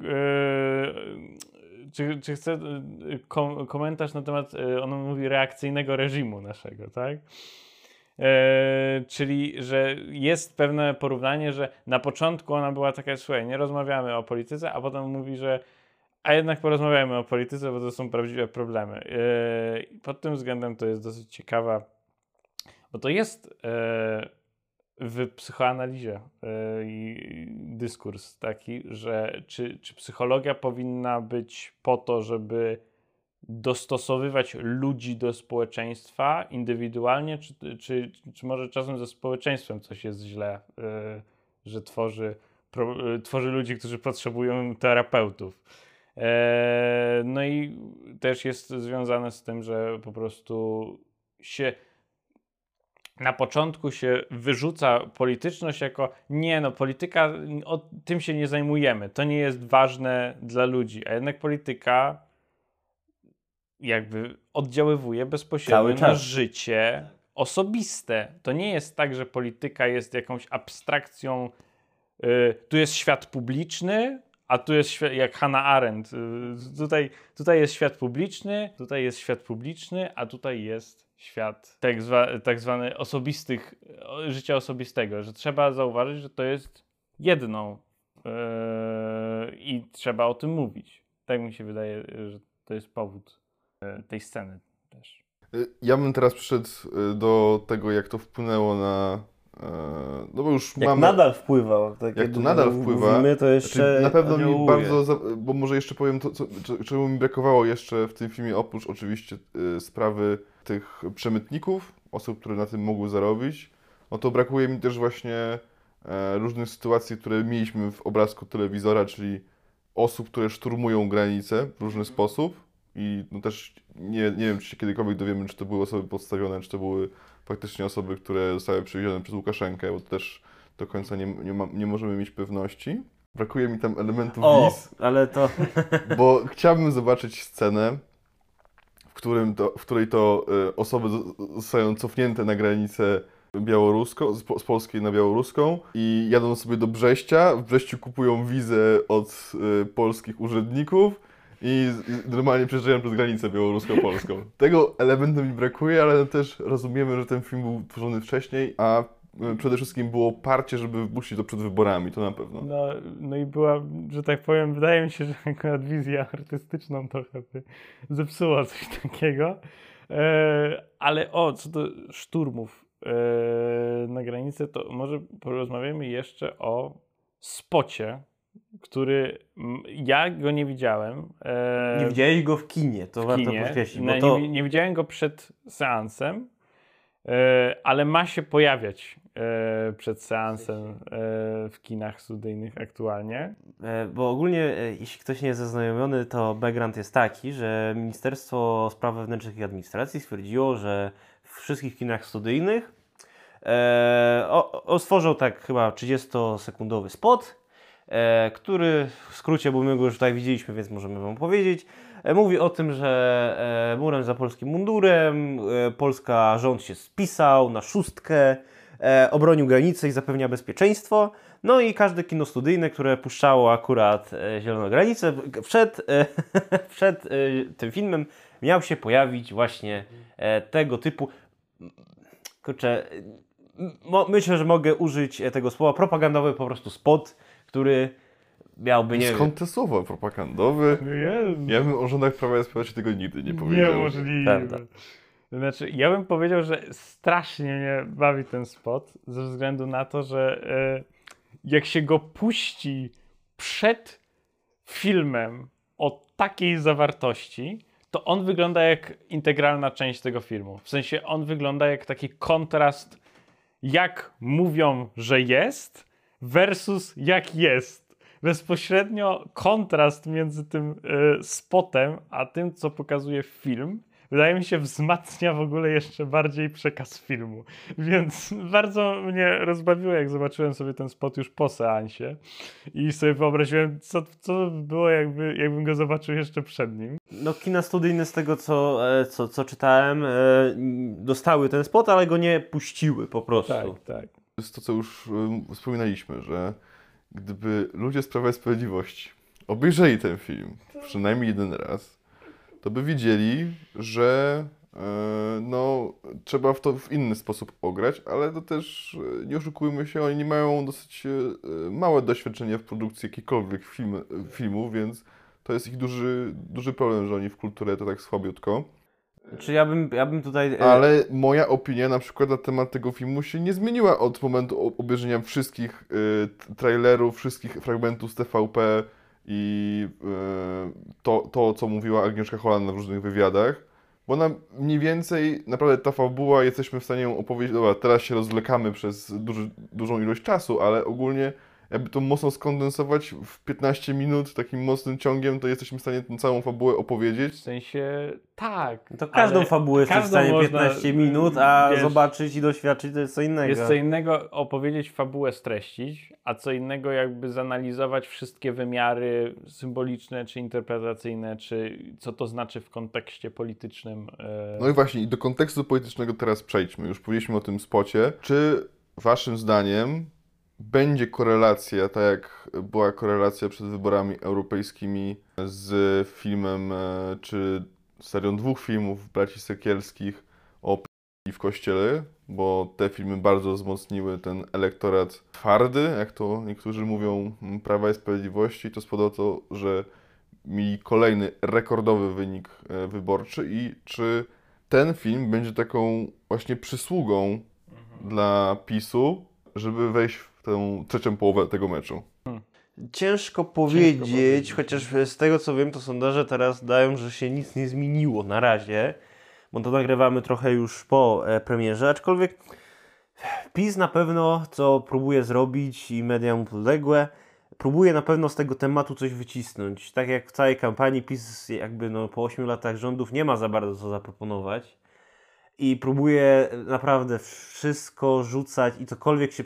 czy chcę komentarz na temat, ona mówi, reakcyjnego reżimu naszego, tak? Czyli, że jest pewne porównanie, że na początku ona była taka, słuchaj, nie rozmawiamy o polityce, a potem mówi, że a jednak porozmawiajmy o polityce, bo to są prawdziwe problemy. Pod tym względem to jest dosyć ciekawa, bo to jest w psychoanalizie dyskurs taki, że czy psychologia powinna być po to, żeby dostosowywać ludzi do społeczeństwa indywidualnie, czy może czasem ze społeczeństwem coś jest źle, że tworzy ludzi, którzy potrzebują terapeutów. No i też jest związane z tym, że po prostu na początku się wyrzuca polityczność jako polityka, tym się nie zajmujemy, to nie jest ważne dla ludzi, a jednak polityka jakby oddziaływuje bezpośrednio na życie osobiste. To nie jest tak, że polityka jest jakąś abstrakcją. Tu jest świat publiczny, a tu jest świat, jak Hannah Arendt. Tutaj jest świat publiczny, tutaj jest świat publiczny, a tutaj jest świat tak zwany życia osobistego. Że trzeba zauważyć, że to jest jedną i trzeba o tym mówić. Tak mi się wydaje, że to jest powód tej sceny też. Ja bym teraz przyszedł do tego, jak to wpłynęło na... No bo już Jak mamy... nadal wpływa. Tak, Jak to nadal wpływa, mówimy, to jeszcze znaczy, na pewno mi oddziałuje. bardzo... Bo może jeszcze powiem to, czego mi brakowało jeszcze w tym filmie, oprócz oczywiście sprawy tych przemytników, osób, które na tym mogły zarobić, no to brakuje mi też właśnie różnych sytuacji, które mieliśmy w obrazku telewizora, czyli osób, które szturmują granicę w różny sposób i no też nie wiem, czy się kiedykolwiek dowiemy, czy to były osoby podstawione, czy to były faktycznie osoby, które zostały przywiezione przez Łukaszenkę, bo to też do końca nie możemy mieć pewności. Brakuje mi tam elementów wiz, ale to... bo chciałbym zobaczyć scenę, w której to osoby zostają cofnięte na granicę białoruską, z polskiej na białoruską i jadą sobie do Brześcia. W Brześciu kupują wizę od polskich urzędników i normalnie przejeżdżają przez granicę białorusko-polską. Tego elementu mi brakuje, ale też rozumiemy, że ten film był tworzony wcześniej, a przede wszystkim było parcie, żeby wypuścić to przed wyborami, to na pewno. No i była, że tak powiem, wydaje mi się, że akurat wizję artystyczną trochę by zepsuła coś takiego. Ale co do szturmów na granicę, to może porozmawiamy jeszcze o spocie, który ja go nie widziałem. Nie widziałeś go w kinie, to warto podkreślić. Bo to... nie widziałem go przed seansem, ale ma się pojawiać przed seansem w kinach studyjnych aktualnie. Bo ogólnie, jeśli ktoś nie jest zaznajomiony, to background jest taki, że Ministerstwo Spraw Wewnętrznych i Administracji stwierdziło, że w wszystkich kinach studyjnych stworzył tak chyba 30-sekundowy spot, który w skrócie, bo my go już tutaj widzieliśmy, więc możemy wam powiedzieć, mówi o tym, że murem za polskim mundurem polska rząd się spisał na szóstkę, obronił granicę i zapewnia bezpieczeństwo. No i każde kino studyjne, które puszczało akurat Zieloną Granicę, przed tym filmem miał się pojawić właśnie tego typu... Kurczę, myślę, że mogę użyć tego słowa propagandowy po prostu spot, który miałby, nie wiem... Skąd te słowa? Propagandowy? Ja bym o rządach Prawa i Sprawiedliwości tego nigdy nie powiedział. Niemożliwe. Prawda. Znaczy, ja bym powiedział, że strasznie mnie bawi ten spot, ze względu na to, że jak się go puści przed filmem o takiej zawartości, to on wygląda jak integralna część tego filmu. W sensie on wygląda jak taki kontrast, jak mówią, że jest, versus jak jest. Bezpośrednio kontrast między tym spotem, a tym, co pokazuje film, wydaje mi się, wzmacnia w ogóle jeszcze bardziej przekaz filmu. Więc bardzo mnie rozbawiło, jak zobaczyłem sobie ten spot już po seansie i sobie wyobraziłem, co by było, jakbym go zobaczył jeszcze przed nim. No kina studyjne, z tego co czytałem, dostały ten spot, ale go nie puściły po prostu. Tak. To jest to, co już wspominaliśmy, że gdyby ludzie z Prawa i Sprawiedliwości obejrzeli ten film przynajmniej jeden raz, to by widzieli, że no, trzeba to w inny sposób ograć, ale to też, nie oszukujmy się, oni mają dosyć małe doświadczenie w produkcji jakichkolwiek filmów, więc to jest ich duży problem, że oni w kulturę to tak słabiutko. Czy ja bym tutaj... Ale moja opinia na przykład na temat tego filmu się nie zmieniła od momentu obejrzenia wszystkich trailerów, wszystkich fragmentów z TVP i to, co mówiła Agnieszka Holland w różnych wywiadach, bo ona mniej więcej, naprawdę ta fabuła, jesteśmy w stanie ją opowiedzieć, dobra, teraz się rozwlekamy przez dużą ilość czasu, ale ogólnie jakby to mocno skondensować w 15 minut takim mocnym ciągiem, to jesteśmy w stanie tę całą fabułę opowiedzieć. W sensie tak. To każdą ale fabułę jesteś w każdą stanie można, 15 minut, a wiesz, zobaczyć i doświadczyć to jest co innego. Jest co innego opowiedzieć fabułę, streścić, a co innego jakby zanalizować wszystkie wymiary symboliczne, czy interpretacyjne, czy co to znaczy w kontekście politycznym. No i właśnie, i do kontekstu politycznego teraz przejdźmy. Już powiedzieliśmy o tym spocie. Czy waszym zdaniem będzie korelacja, tak jak była korelacja przed wyborami europejskimi z filmem, czy serią 2 filmów braci Sekielskich o p***i w kościele, bo te filmy bardzo wzmocniły ten elektorat twardy, jak to niektórzy mówią, Prawa i Sprawiedliwości. To spowodowało to, że mieli kolejny rekordowy wynik wyborczy i czy ten film będzie taką właśnie przysługą dla PiS-u, żeby wejść w tę trzecią połowę tego meczu? Ciężko powiedzieć, chociaż z tego co wiem, to sondaże teraz dają, że się nic nie zmieniło na razie, bo to nagrywamy trochę już po premierze, aczkolwiek PiS na pewno, co próbuje zrobić i media mu podległe, próbuje na pewno z tego tematu coś wycisnąć. Tak jak w całej kampanii PiS jakby po 8 latach rządów nie ma za bardzo co zaproponować i próbuje naprawdę wszystko rzucać i cokolwiek się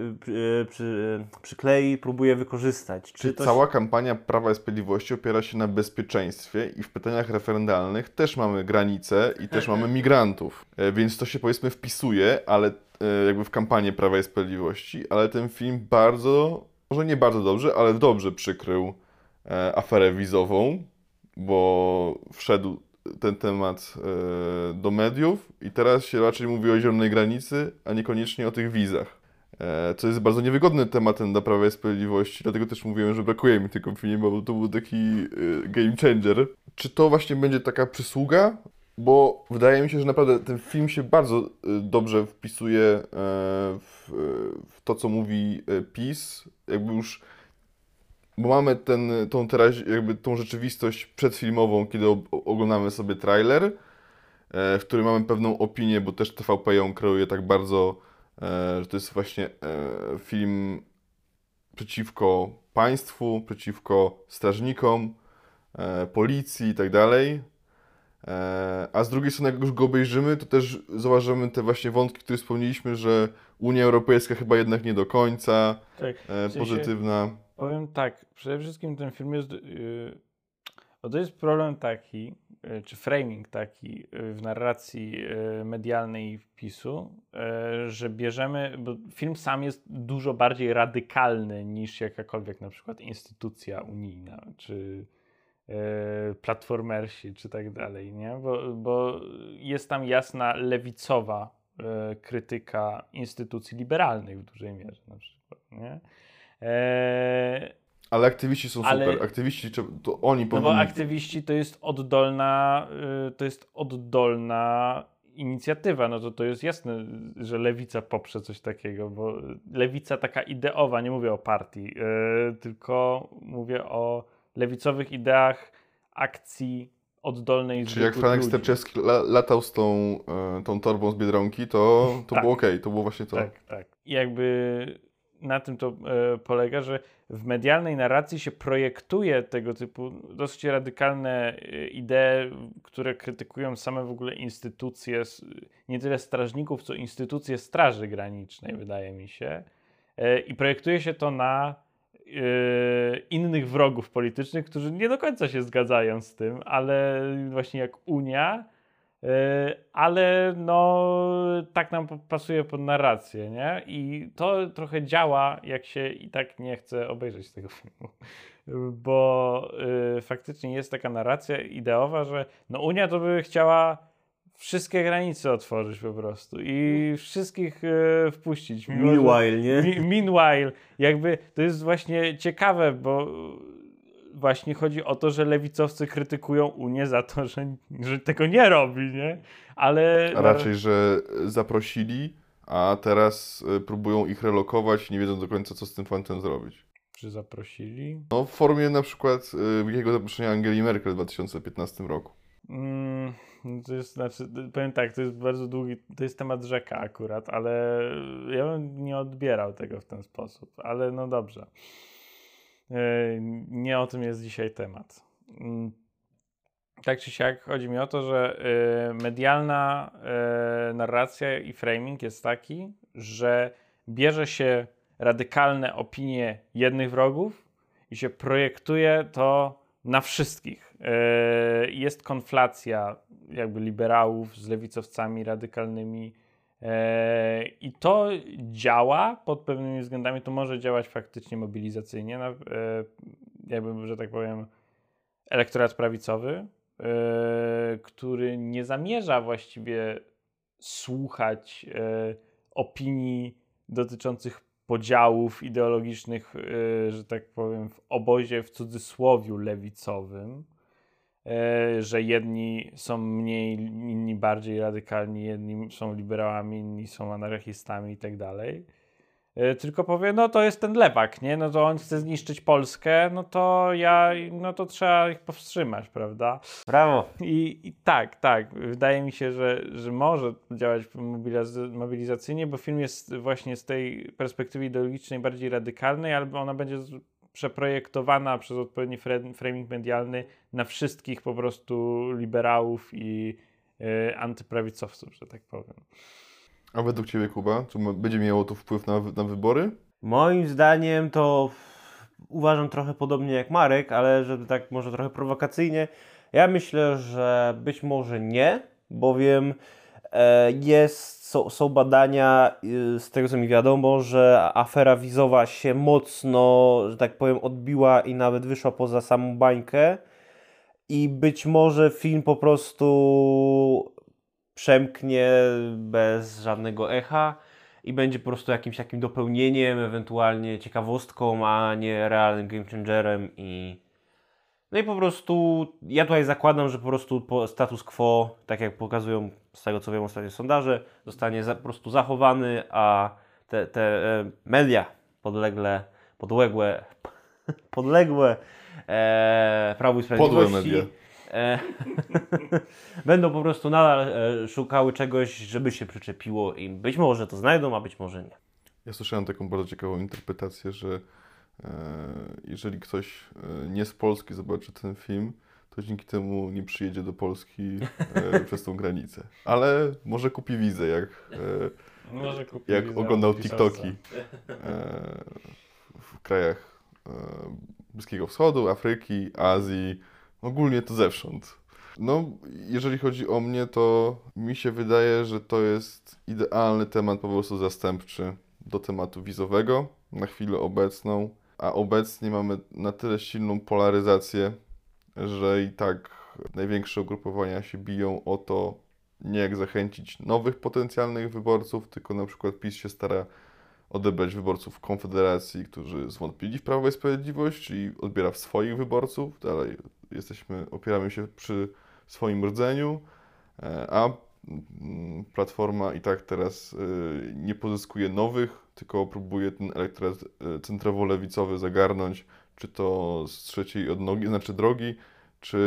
przyklei, próbuje wykorzystać. Czy cała kampania Prawa i Sprawiedliwości opiera się na bezpieczeństwie i w pytaniach referendalnych też mamy granice i też mamy migrantów, więc to się powiedzmy wpisuje, ale jakby w kampanię Prawa i Sprawiedliwości, ale ten film bardzo, może nie bardzo dobrze, ale dobrze przykrył aferę wizową, bo wszedł ten temat do mediów i teraz się raczej mówi o zielonej granicy, a niekoniecznie o tych wizach. Co jest bardzo niewygodny tematem dla Prawa i Sprawiedliwości, dlatego też mówiłem, że brakuje mi tego filmu, bo to był taki game changer. Czy to właśnie będzie taka przysługa? Bo wydaje mi się, że naprawdę ten film się bardzo dobrze wpisuje w to, co mówi PiS. Jakby już, bo mamy tą rzeczywistość przedfilmową, kiedy oglądamy sobie trailer, w którym mamy pewną opinię, bo też TVP ją kreuje tak bardzo, że to jest właśnie film przeciwko państwu, przeciwko strażnikom, policji i tak dalej. A z drugiej strony, jak już go obejrzymy, to też zauważymy te właśnie wątki, które wspomnieliśmy, że Unia Europejska chyba jednak nie do końca Tak, w sensie, pozytywna. powiem tak, przede wszystkim ten film jest, bo to jest problem taki, czy framing taki w narracji medialnej PiS-u, że bierzemy, bo film sam jest dużo bardziej radykalny niż jakakolwiek na przykład instytucja unijna, czy platformersi, czy tak dalej, nie? Bo jest tam jasna lewicowa krytyka instytucji liberalnych w dużej mierze na przykład, nie? Ale aktywiści są Ale- super. Aktywiści, to oni No bo powinni... aktywiści to jest oddolna inicjatywa, no to jest jasne, że lewica poprze coś takiego, bo lewica taka ideowa, nie mówię o partii, tylko mówię o lewicowych ideach akcji oddolnej Czyli jak zwykłych Franek ludzi. Sterczewski latał z tą torbą z Biedronki, to Tak. było okej, to było właśnie to. Tak, tak. I jakby na tym to polega, że w medialnej narracji się projektuje tego typu dosyć radykalne idee, które krytykują same w ogóle instytucje, nie tyle strażników, co instytucje Straży Granicznej, wydaje mi się. I projektuje się to na innych wrogów politycznych, którzy nie do końca się zgadzają z tym, ale właśnie jak Unia, ale no tak nam pasuje pod narrację, nie? I to trochę działa, jak się i tak nie chce obejrzeć tego filmu, bo faktycznie jest taka narracja ideowa, że no Unia to by chciała wszystkie granice otworzyć po prostu i wszystkich wpuścić. mimo że- Meanwhile, nie? Meanwhile, jakby to jest właśnie ciekawe, bo właśnie chodzi o to, że lewicowcy krytykują Unię za to, że tego nie robi, nie? Ale A raczej, że zaprosili, a teraz próbują ich relokować i nie wiedzą do końca, co z tym fantem zrobić. czy zaprosili? No w formie na przykład wielkiego zaproszenia Angeli Merkel w 2015 roku. To jest, znaczy, powiem tak, to jest bardzo długi, to jest temat rzeka akurat, ale ja bym nie odbierał tego w ten sposób, ale no dobrze. Nie o tym jest dzisiaj temat. Tak czy siak chodzi mi o to, że medialna narracja i framing jest taki, że bierze się radykalne opinie jednych wrogów i się projektuje to na wszystkich. Jest konflacja jakby liberałów z lewicowcami radykalnymi i to działa pod pewnymi względami. To może działać faktycznie mobilizacyjnie, jakby, że tak powiem, elektorat prawicowy, który nie zamierza właściwie słuchać opinii dotyczących podziałów ideologicznych, że tak powiem, w obozie w cudzysłowiu lewicowym, że jedni są mniej, inni bardziej radykalni, jedni są liberałami, inni są anarchistami i tak dalej. Tylko powie, no to jest ten lewak, nie? No to on chce zniszczyć Polskę, no to trzeba ich powstrzymać, prawda? Brawo! I tak, wydaje mi się, że może działać mobilizacyjnie, bo film jest właśnie z tej perspektywy ideologicznej bardziej radykalnej, albo ona będzie przeprojektowana przez odpowiedni framing medialny na wszystkich po prostu liberałów i antyprawicowców, że tak powiem. A według Ciebie, Kuba, czy będzie miało to wpływ na wybory? Moim zdaniem to uważam trochę podobnie jak Marek, ale żeby tak może trochę prowokacyjnie, ja myślę, że być może nie, bowiem są badania, z tego co mi wiadomo, że afera wizowa się mocno, że tak powiem, odbiła i nawet wyszła poza samą bańkę i być może film po prostu przemknie bez żadnego echa i będzie po prostu jakimś takim dopełnieniem, ewentualnie ciekawostką, a nie realnym game changerem no i po prostu ja tutaj zakładam, że po prostu status quo, tak jak pokazują z tego co wiem ostatnie sondaże, zostanie po prostu zachowany, a te media podległe Prawu i Sprawiedliwości Podłe media. Będą po prostu nadal szukały czegoś, żeby się przyczepiło i być może to znajdą, a być może nie. Ja słyszałem taką bardzo ciekawą interpretację, że jeżeli ktoś nie z Polski zobaczy ten film, to dzięki temu nie przyjedzie do Polski przez tą granicę. Ale może kupi wizę, jak oglądał TikToki w krajach Bliskiego Wschodu, Afryki, Azji, ogólnie to zewsząd. No, jeżeli chodzi o mnie, to mi się wydaje, że to jest idealny temat po prostu zastępczy do tematu wizowego na chwilę obecną, a obecnie mamy na tyle silną polaryzację, że i tak największe ugrupowania się biją o to, nie jak zachęcić nowych potencjalnych wyborców, tylko na przykład PiS się stara odebrać wyborców Konfederacji, którzy zwątpili w Prawo i Sprawiedliwość i odbiera swoich wyborców. Dalej opieramy się przy swoim rdzeniu, a Platforma i tak teraz nie pozyskuje nowych, tylko próbuje ten elektorat centrowo-lewicowy zagarnąć, czy to z trzeciej odnogi, znaczy drogi, czy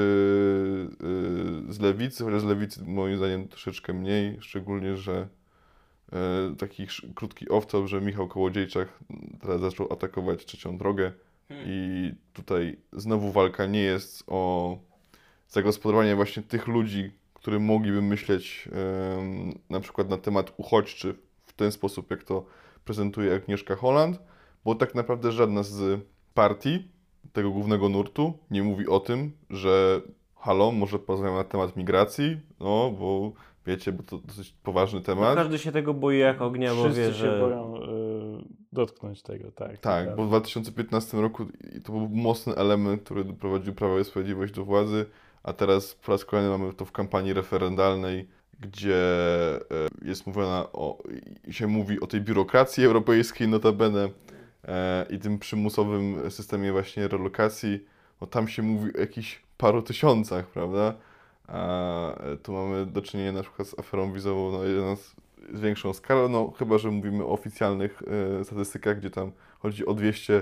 z lewicy, chociaż z lewicy moim zdaniem troszeczkę mniej, szczególnie, że taki krótki off-top, że Michał Kołodziejczak teraz zaczął atakować trzecią drogę i tutaj znowu walka nie jest o zagospodarowanie właśnie tych ludzi, którzy mogliby myśleć na przykład na temat uchodźczy w ten sposób, jak to prezentuje Agnieszka Holland, bo tak naprawdę żadna z partii tego głównego nurtu nie mówi o tym, że halo, może porozmawiamy na temat migracji, no bo wiecie, bo to dosyć poważny temat. No, każdy się tego boi jak ognia, bo wie, Wszyscy się że... boją dotknąć tego, tak. Tak, bo w 2015 roku to był mocny element, który doprowadził Prawo i Sprawiedliwość do władzy, a teraz po raz kolejny mamy to w kampanii referendalnej, gdzie jest się mówi o tej biurokracji europejskiej notabene i tym przymusowym systemie właśnie relokacji. No tam się mówi o jakichś paru tysiącach, prawda? A tu mamy do czynienia na przykład z aferą wizową, no jedna z większą skalą, no chyba że mówimy o oficjalnych statystykach, gdzie tam chodzi o 200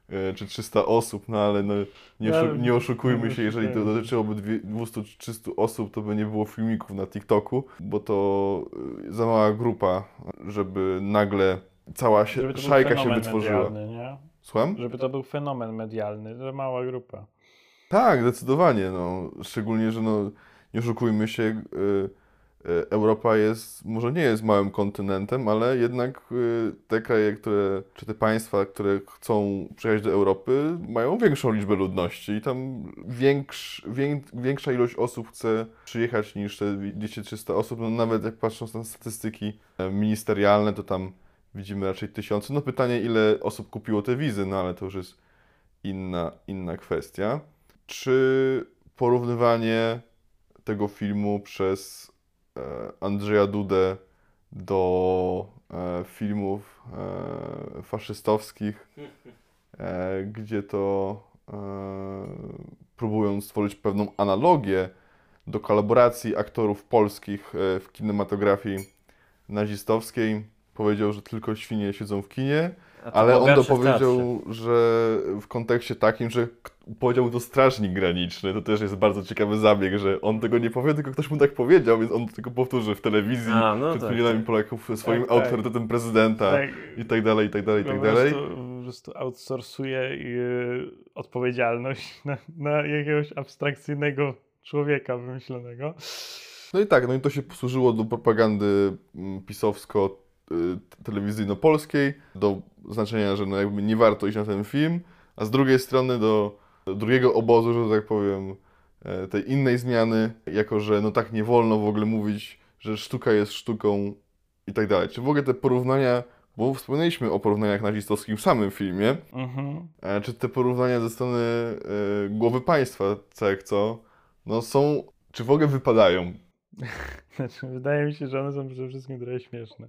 czy 300 osób, no ale no, nie oszukujmy się, jeżeli to dotyczyłoby 200 czy 300 osób, to by nie było filmików na TikToku, bo to za mała grupa, żeby nagle cała szajka się wytworzyła. Medialny, nie? Słucham? Żeby to był fenomen medialny, to mała grupa. Tak, zdecydowanie, no. Szczególnie, że no, nie oszukujmy się, Europa jest, może nie jest małym kontynentem, ale jednak te kraje, czy te państwa, które chcą przyjechać do Europy, mają większą liczbę ludności i tam większa ilość osób chce przyjechać niż te 200-300 osób. No nawet jak patrząc na statystyki ministerialne, to tam widzimy raczej tysiące. No pytanie, ile osób kupiło te wizy, no ale to już jest inna kwestia. Czy porównywanie tego filmu przez Andrzeja Dudę do filmów faszystowskich, gdzie to próbują stworzyć pewną analogię do kolaboracji aktorów polskich w kinematografii nazistowskiej. Powiedział, że tylko świnie siedzą w kinie, ale on dopowiedział, że w kontekście takim, że powiedział to strażnik graniczny. To też jest bardzo ciekawy zabieg, że on tego nie powie, tylko ktoś mu tak powiedział, więc on tylko powtórzy w telewizji przed milionami Polaków swoim autorytetem prezydenta i tak dalej, i tak dalej, i tak dalej. Po prostu outsourcuje odpowiedzialność na jakiegoś abstrakcyjnego człowieka wymyślonego. No i tak, no i to się posłużyło do propagandy pisowsko-telewizyjno-polskiej, do znaczenia, że no jakby nie warto iść na ten film, a z drugiej strony do drugiego obozu, że tak powiem, tej innej zmiany, jako że no tak nie wolno w ogóle mówić, że sztuka jest sztuką i tak dalej. Czy w ogóle te porównania, bo wspomnieliśmy o porównaniach nazistowskich w samym filmie, czy te porównania ze strony głowy państwa, co jak co, no są, czy w ogóle wypadają? Znaczy, wydaje mi się, że one są przede wszystkim trochę śmieszne.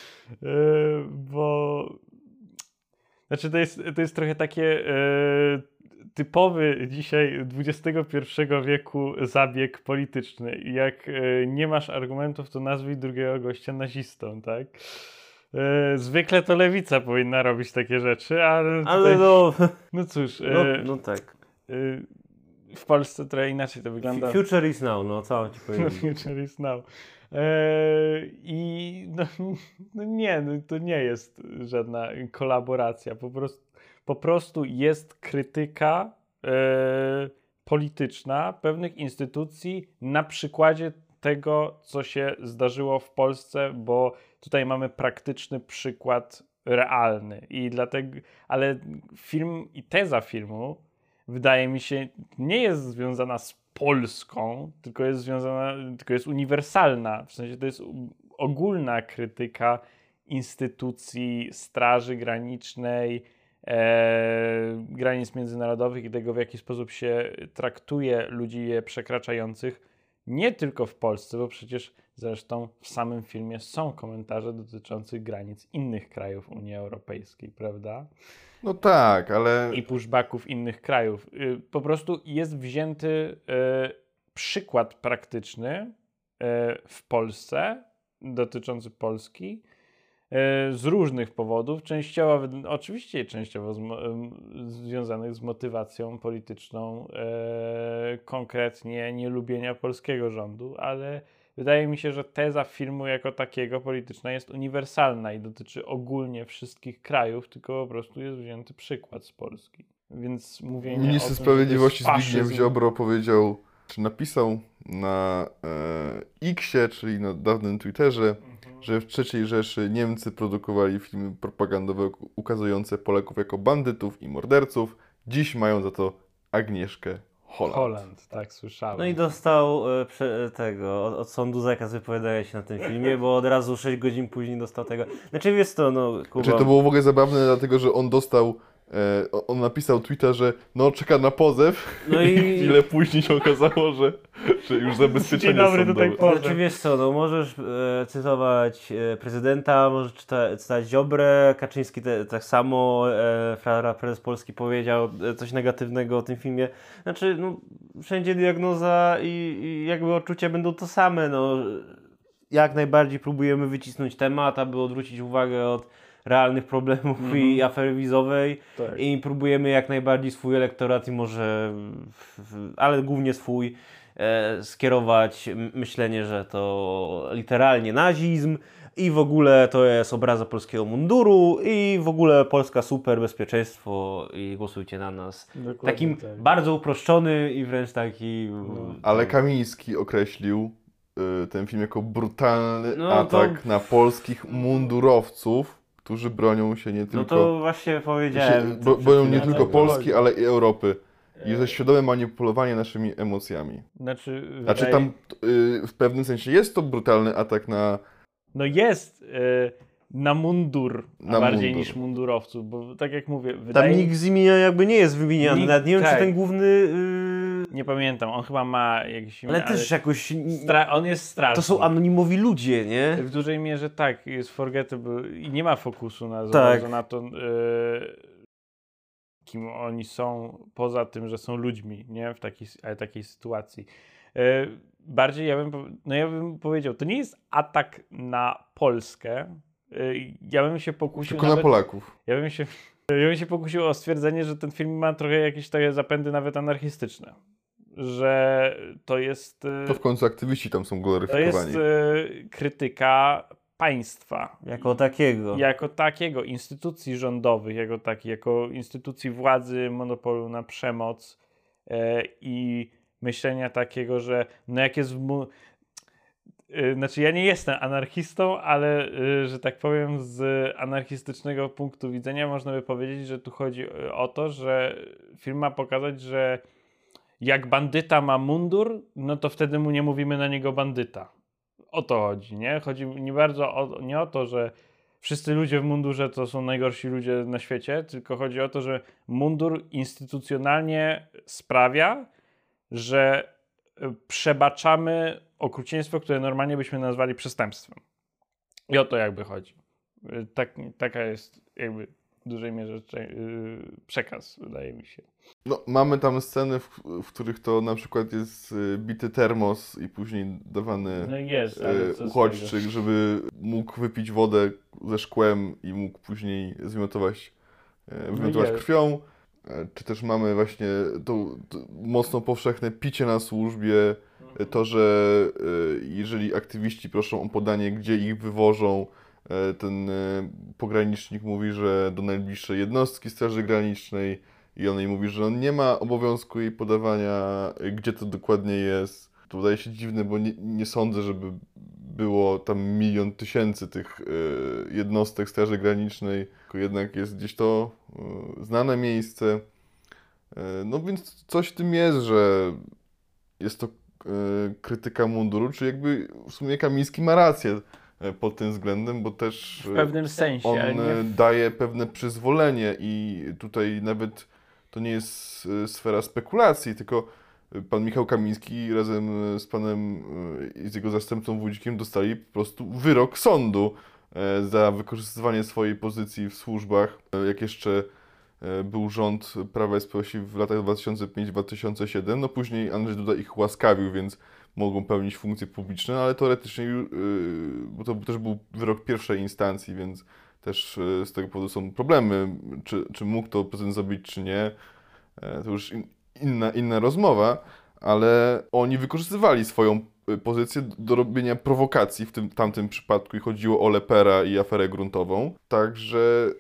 Bo... Znaczy, to jest trochę takie typowy dzisiaj XXI wieku zabieg polityczny. Jak nie masz argumentów, to nazwij drugiego gościa nazistą, tak? Zwykle to lewica powinna robić takie rzeczy, ale tutaj, no cóż... no tak. W Polsce trochę inaczej to wygląda. Future is now, no co ci powiem. Future is now. I to nie jest żadna kolaboracja. Po prostu jest krytyka polityczna pewnych instytucji na przykładzie tego, co się zdarzyło w Polsce, bo tutaj mamy praktyczny przykład realny. I dlatego, ale film i teza filmu, wydaje mi się, nie jest związana z Polską, tylko jest uniwersalna. W sensie to jest ogólna krytyka instytucji Straży Granicznej, granic międzynarodowych i tego, w jaki sposób się traktuje ludzi je przekraczających. Nie tylko w Polsce, bo przecież zresztą w samym filmie są komentarze dotyczące granic innych krajów Unii Europejskiej, prawda? No tak, ale... I pushbacków innych krajów. Po prostu jest wzięty przykład praktyczny w Polsce, dotyczący Polski, z różnych powodów, oczywiście częściowo związanych z motywacją polityczną, konkretnie nielubienia polskiego rządu, ale wydaje mi się, że teza filmu jako takiego polityczna jest uniwersalna i dotyczy ogólnie wszystkich krajów, tylko po prostu jest wzięty przykład z Polski. Więc mówienie Minister o tym, Sprawiedliwości że Zbigniew Ziobro powiedział, czy napisał na X-ie, czyli na dawnym Twitterze, że w III Rzeszy Niemcy produkowali filmy propagandowe ukazujące Polaków jako bandytów i morderców. Dziś mają za to Agnieszkę Holland. Tak, słyszałem. No i dostał od sądu zakaz wypowiadania się na tym filmie, bo od razu 6 godzin później dostał tego. Znaczy wiesz co, no Kuba... Znaczy, to było w ogóle zabawne, dlatego że on dostał, on napisał Twitter, że no czeka na pozew, no i chwilę później się okazało, że już zabezpieczenia sądowe. Znaczy wiesz co, no możesz cytować prezydenta, możesz czytać Ziobrę, Kaczyński tak samo, prezes Polski powiedział coś negatywnego o tym filmie. Znaczy no wszędzie diagnoza i jakby odczucia będą to same, no jak najbardziej próbujemy wycisnąć temat, aby odwrócić uwagę od realnych problemów i afery wizowej Tak. i próbujemy jak najbardziej swój elektorat i może, ale głównie swój, skierować myślenie, że to literalnie nazizm i w ogóle to jest obraza polskiego munduru i w ogóle Polska super, bezpieczeństwo i głosujcie na nas. Dokładnie Takim tak. bardzo uproszczony i wręcz taki... Ale Kamiński określił ten film jako brutalny No to- atak na polskich mundurowców, którzy bronią się nie No tylko, to właśnie powiedziałem. bronią nie chwilą. tylko Tak, Polski, chodzi. ale i Europy. I że świadome manipulowanie naszymi emocjami. Znaczy Znaczy tam w pewnym sensie jest to brutalny atak na... No jest na mundur, a Na bardziej mundur. niż mundurowców, bo tak jak mówię, Tam wydaje nikt z imienia jakby nie jest wymieniany. Nikt- Nawet nie wiem, tak. czy ten główny... nie pamiętam, on chyba ma jakieś imię, ale też jakoś... on jest straszny. To są anonimowi ludzie, nie? W dużej mierze tak, jest forgettable i nie ma fokusu na, za Tak. bardzo na to, kim oni są, poza tym, że są ludźmi, nie? W takiej sytuacji. Bardziej ja bym powiedział, to nie jest atak na Polskę. Ja bym się pokusił Tylko na Polaków. Ja bym się pokusił o stwierdzenie, że ten film ma trochę jakieś takie zapędy nawet anarchistyczne. Że to jest... To w końcu aktywiści tam są To gloryfikowani. jest krytyka państwa. Jako takiego, instytucji rządowych, jako instytucji władzy, monopolu na przemoc i myślenia takiego, że no jak jest znaczy ja nie jestem anarchistą, ale że tak powiem z anarchistycznego punktu widzenia można by powiedzieć, że tu chodzi o to, że film ma pokazać, że jak bandyta ma mundur, no to wtedy mu nie mówimy na niego bandyta. O to chodzi, nie? Chodzi nie o to, że wszyscy ludzie w mundurze to są najgorsi ludzie na świecie, tylko chodzi o to, że mundur instytucjonalnie sprawia, że przebaczamy okrucieństwo, które normalnie byśmy nazwali przestępstwem. I o to jakby chodzi. Taka jest jakby w dużej mierze przekaz, wydaje mi się. No, mamy tam sceny, w których to na przykład jest bity termos i później dawany No jest, ale co z uchodźczyk, żeby mógł wypić wodę ze szkłem i mógł później zwymiotować jest. krwią. Czy też mamy właśnie to mocno powszechne picie na służbie, to, że jeżeli aktywiści proszą o podanie, gdzie ich wywożą, ten pogranicznik mówi, że do najbliższej jednostki Straży Granicznej i on jej mówi, że on nie ma obowiązku jej podawania, gdzie to dokładnie jest. To wydaje się dziwne, bo nie sądzę, żeby było tam 1 000 000 tych jednostek Straży Granicznej, tylko jednak jest gdzieś to znane miejsce. No więc coś w tym jest, że jest to krytyka munduru, czy jakby w sumie Kamiński ma rację pod tym względem, bo też W pewnym sensie, on ale nie daje pewne przyzwolenie i tutaj nawet to nie jest sfera spekulacji, tylko pan Michał Kamiński razem z panem i z jego zastępcą Wójcikiem dostali po prostu wyrok sądu za wykorzystywanie swojej pozycji w służbach. Jak jeszcze był rząd Prawa i Sprawiedliwości w latach 2005-2007, no później Andrzej Duda ich łaskawił, więc mogą pełnić funkcje publiczne, ale teoretycznie, bo to też był wyrok pierwszej instancji, więc też z tego powodu są problemy, czy mógł to prezydent zrobić, czy nie. To już inna rozmowa, ale oni wykorzystywali swoją pozycję do robienia prowokacji w tamtym przypadku i chodziło o Lepera i aferę gruntową. Także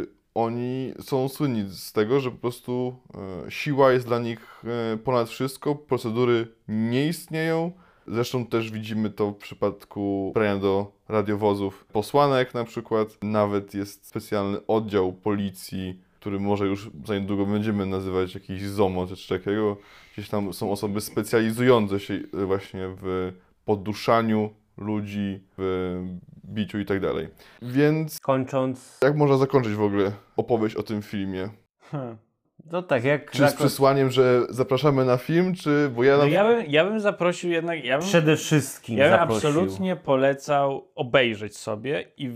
oni są słynni z tego, że po prostu siła jest dla nich ponad wszystko, procedury nie istnieją. Zresztą też widzimy to w przypadku brania do radiowozów posłanek na przykład. Nawet jest specjalny oddział policji, który może już za niedługo będziemy nazywać jakiś ZOMO czy coś takiego. Gdzieś tam są osoby specjalizujące się właśnie w podduszaniu ludzi, w biciu i tak dalej. Więc Kończąc... jak można zakończyć w ogóle opowieść o tym filmie? No tak, jak... Czy z przesłaniem, że zapraszamy na film, czy... Bo No ja bym zaprosił jednak... Przede wszystkim Ja bym zaprosił. absolutnie polecał obejrzeć sobie i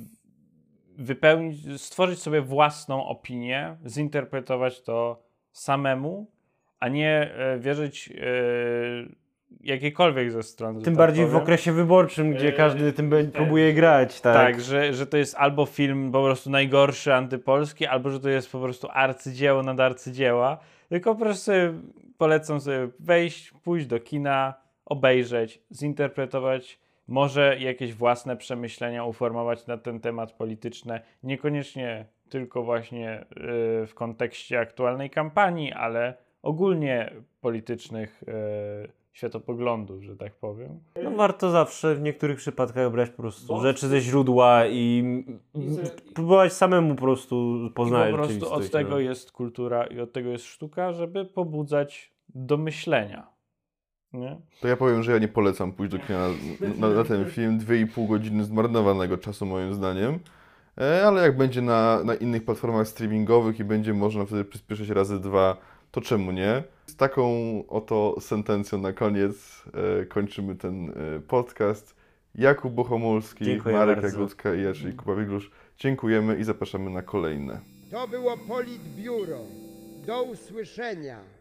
stworzyć sobie własną opinię, zinterpretować to samemu, a nie wierzyć jakiejkolwiek ze stron. że Tym tak bardziej w powiem. okresie wyborczym, gdzie każdy tym próbuje grać, tak? Tak, że to jest albo film po prostu najgorszy, antypolski, albo że to jest po prostu arcydzieło nad arcydzieła. Tylko po prostu polecam sobie wejść, pójść do kina, obejrzeć, zinterpretować, może jakieś własne przemyślenia uformować na ten temat polityczne. Niekoniecznie tylko właśnie w kontekście aktualnej kampanii, ale ogólnie politycznych światopoglądów, że tak powiem. No warto zawsze w niektórych przypadkach brać po prostu rzeczy ze źródła i próbować samemu po prostu I poznać po prostu od rzeczywistość, tego no. jest kultura i od tego jest sztuka, żeby pobudzać do myślenia. Nie? To ja powiem, że ja nie polecam pójść do kina na ten film. 2,5 godziny zmarnowanego czasu moim zdaniem. Ale jak będzie na innych platformach streamingowych i będzie można wtedy przyspieszyć razy 2, to czemu nie? Z taką oto sentencją na koniec kończymy ten podcast. Jakub Bohomolski, Dziękuję Marek bardzo. Jagutka i ja, czyli Kuba Wiglusz. Dziękujemy i zapraszamy na kolejne. To było Politbiuro. Do usłyszenia.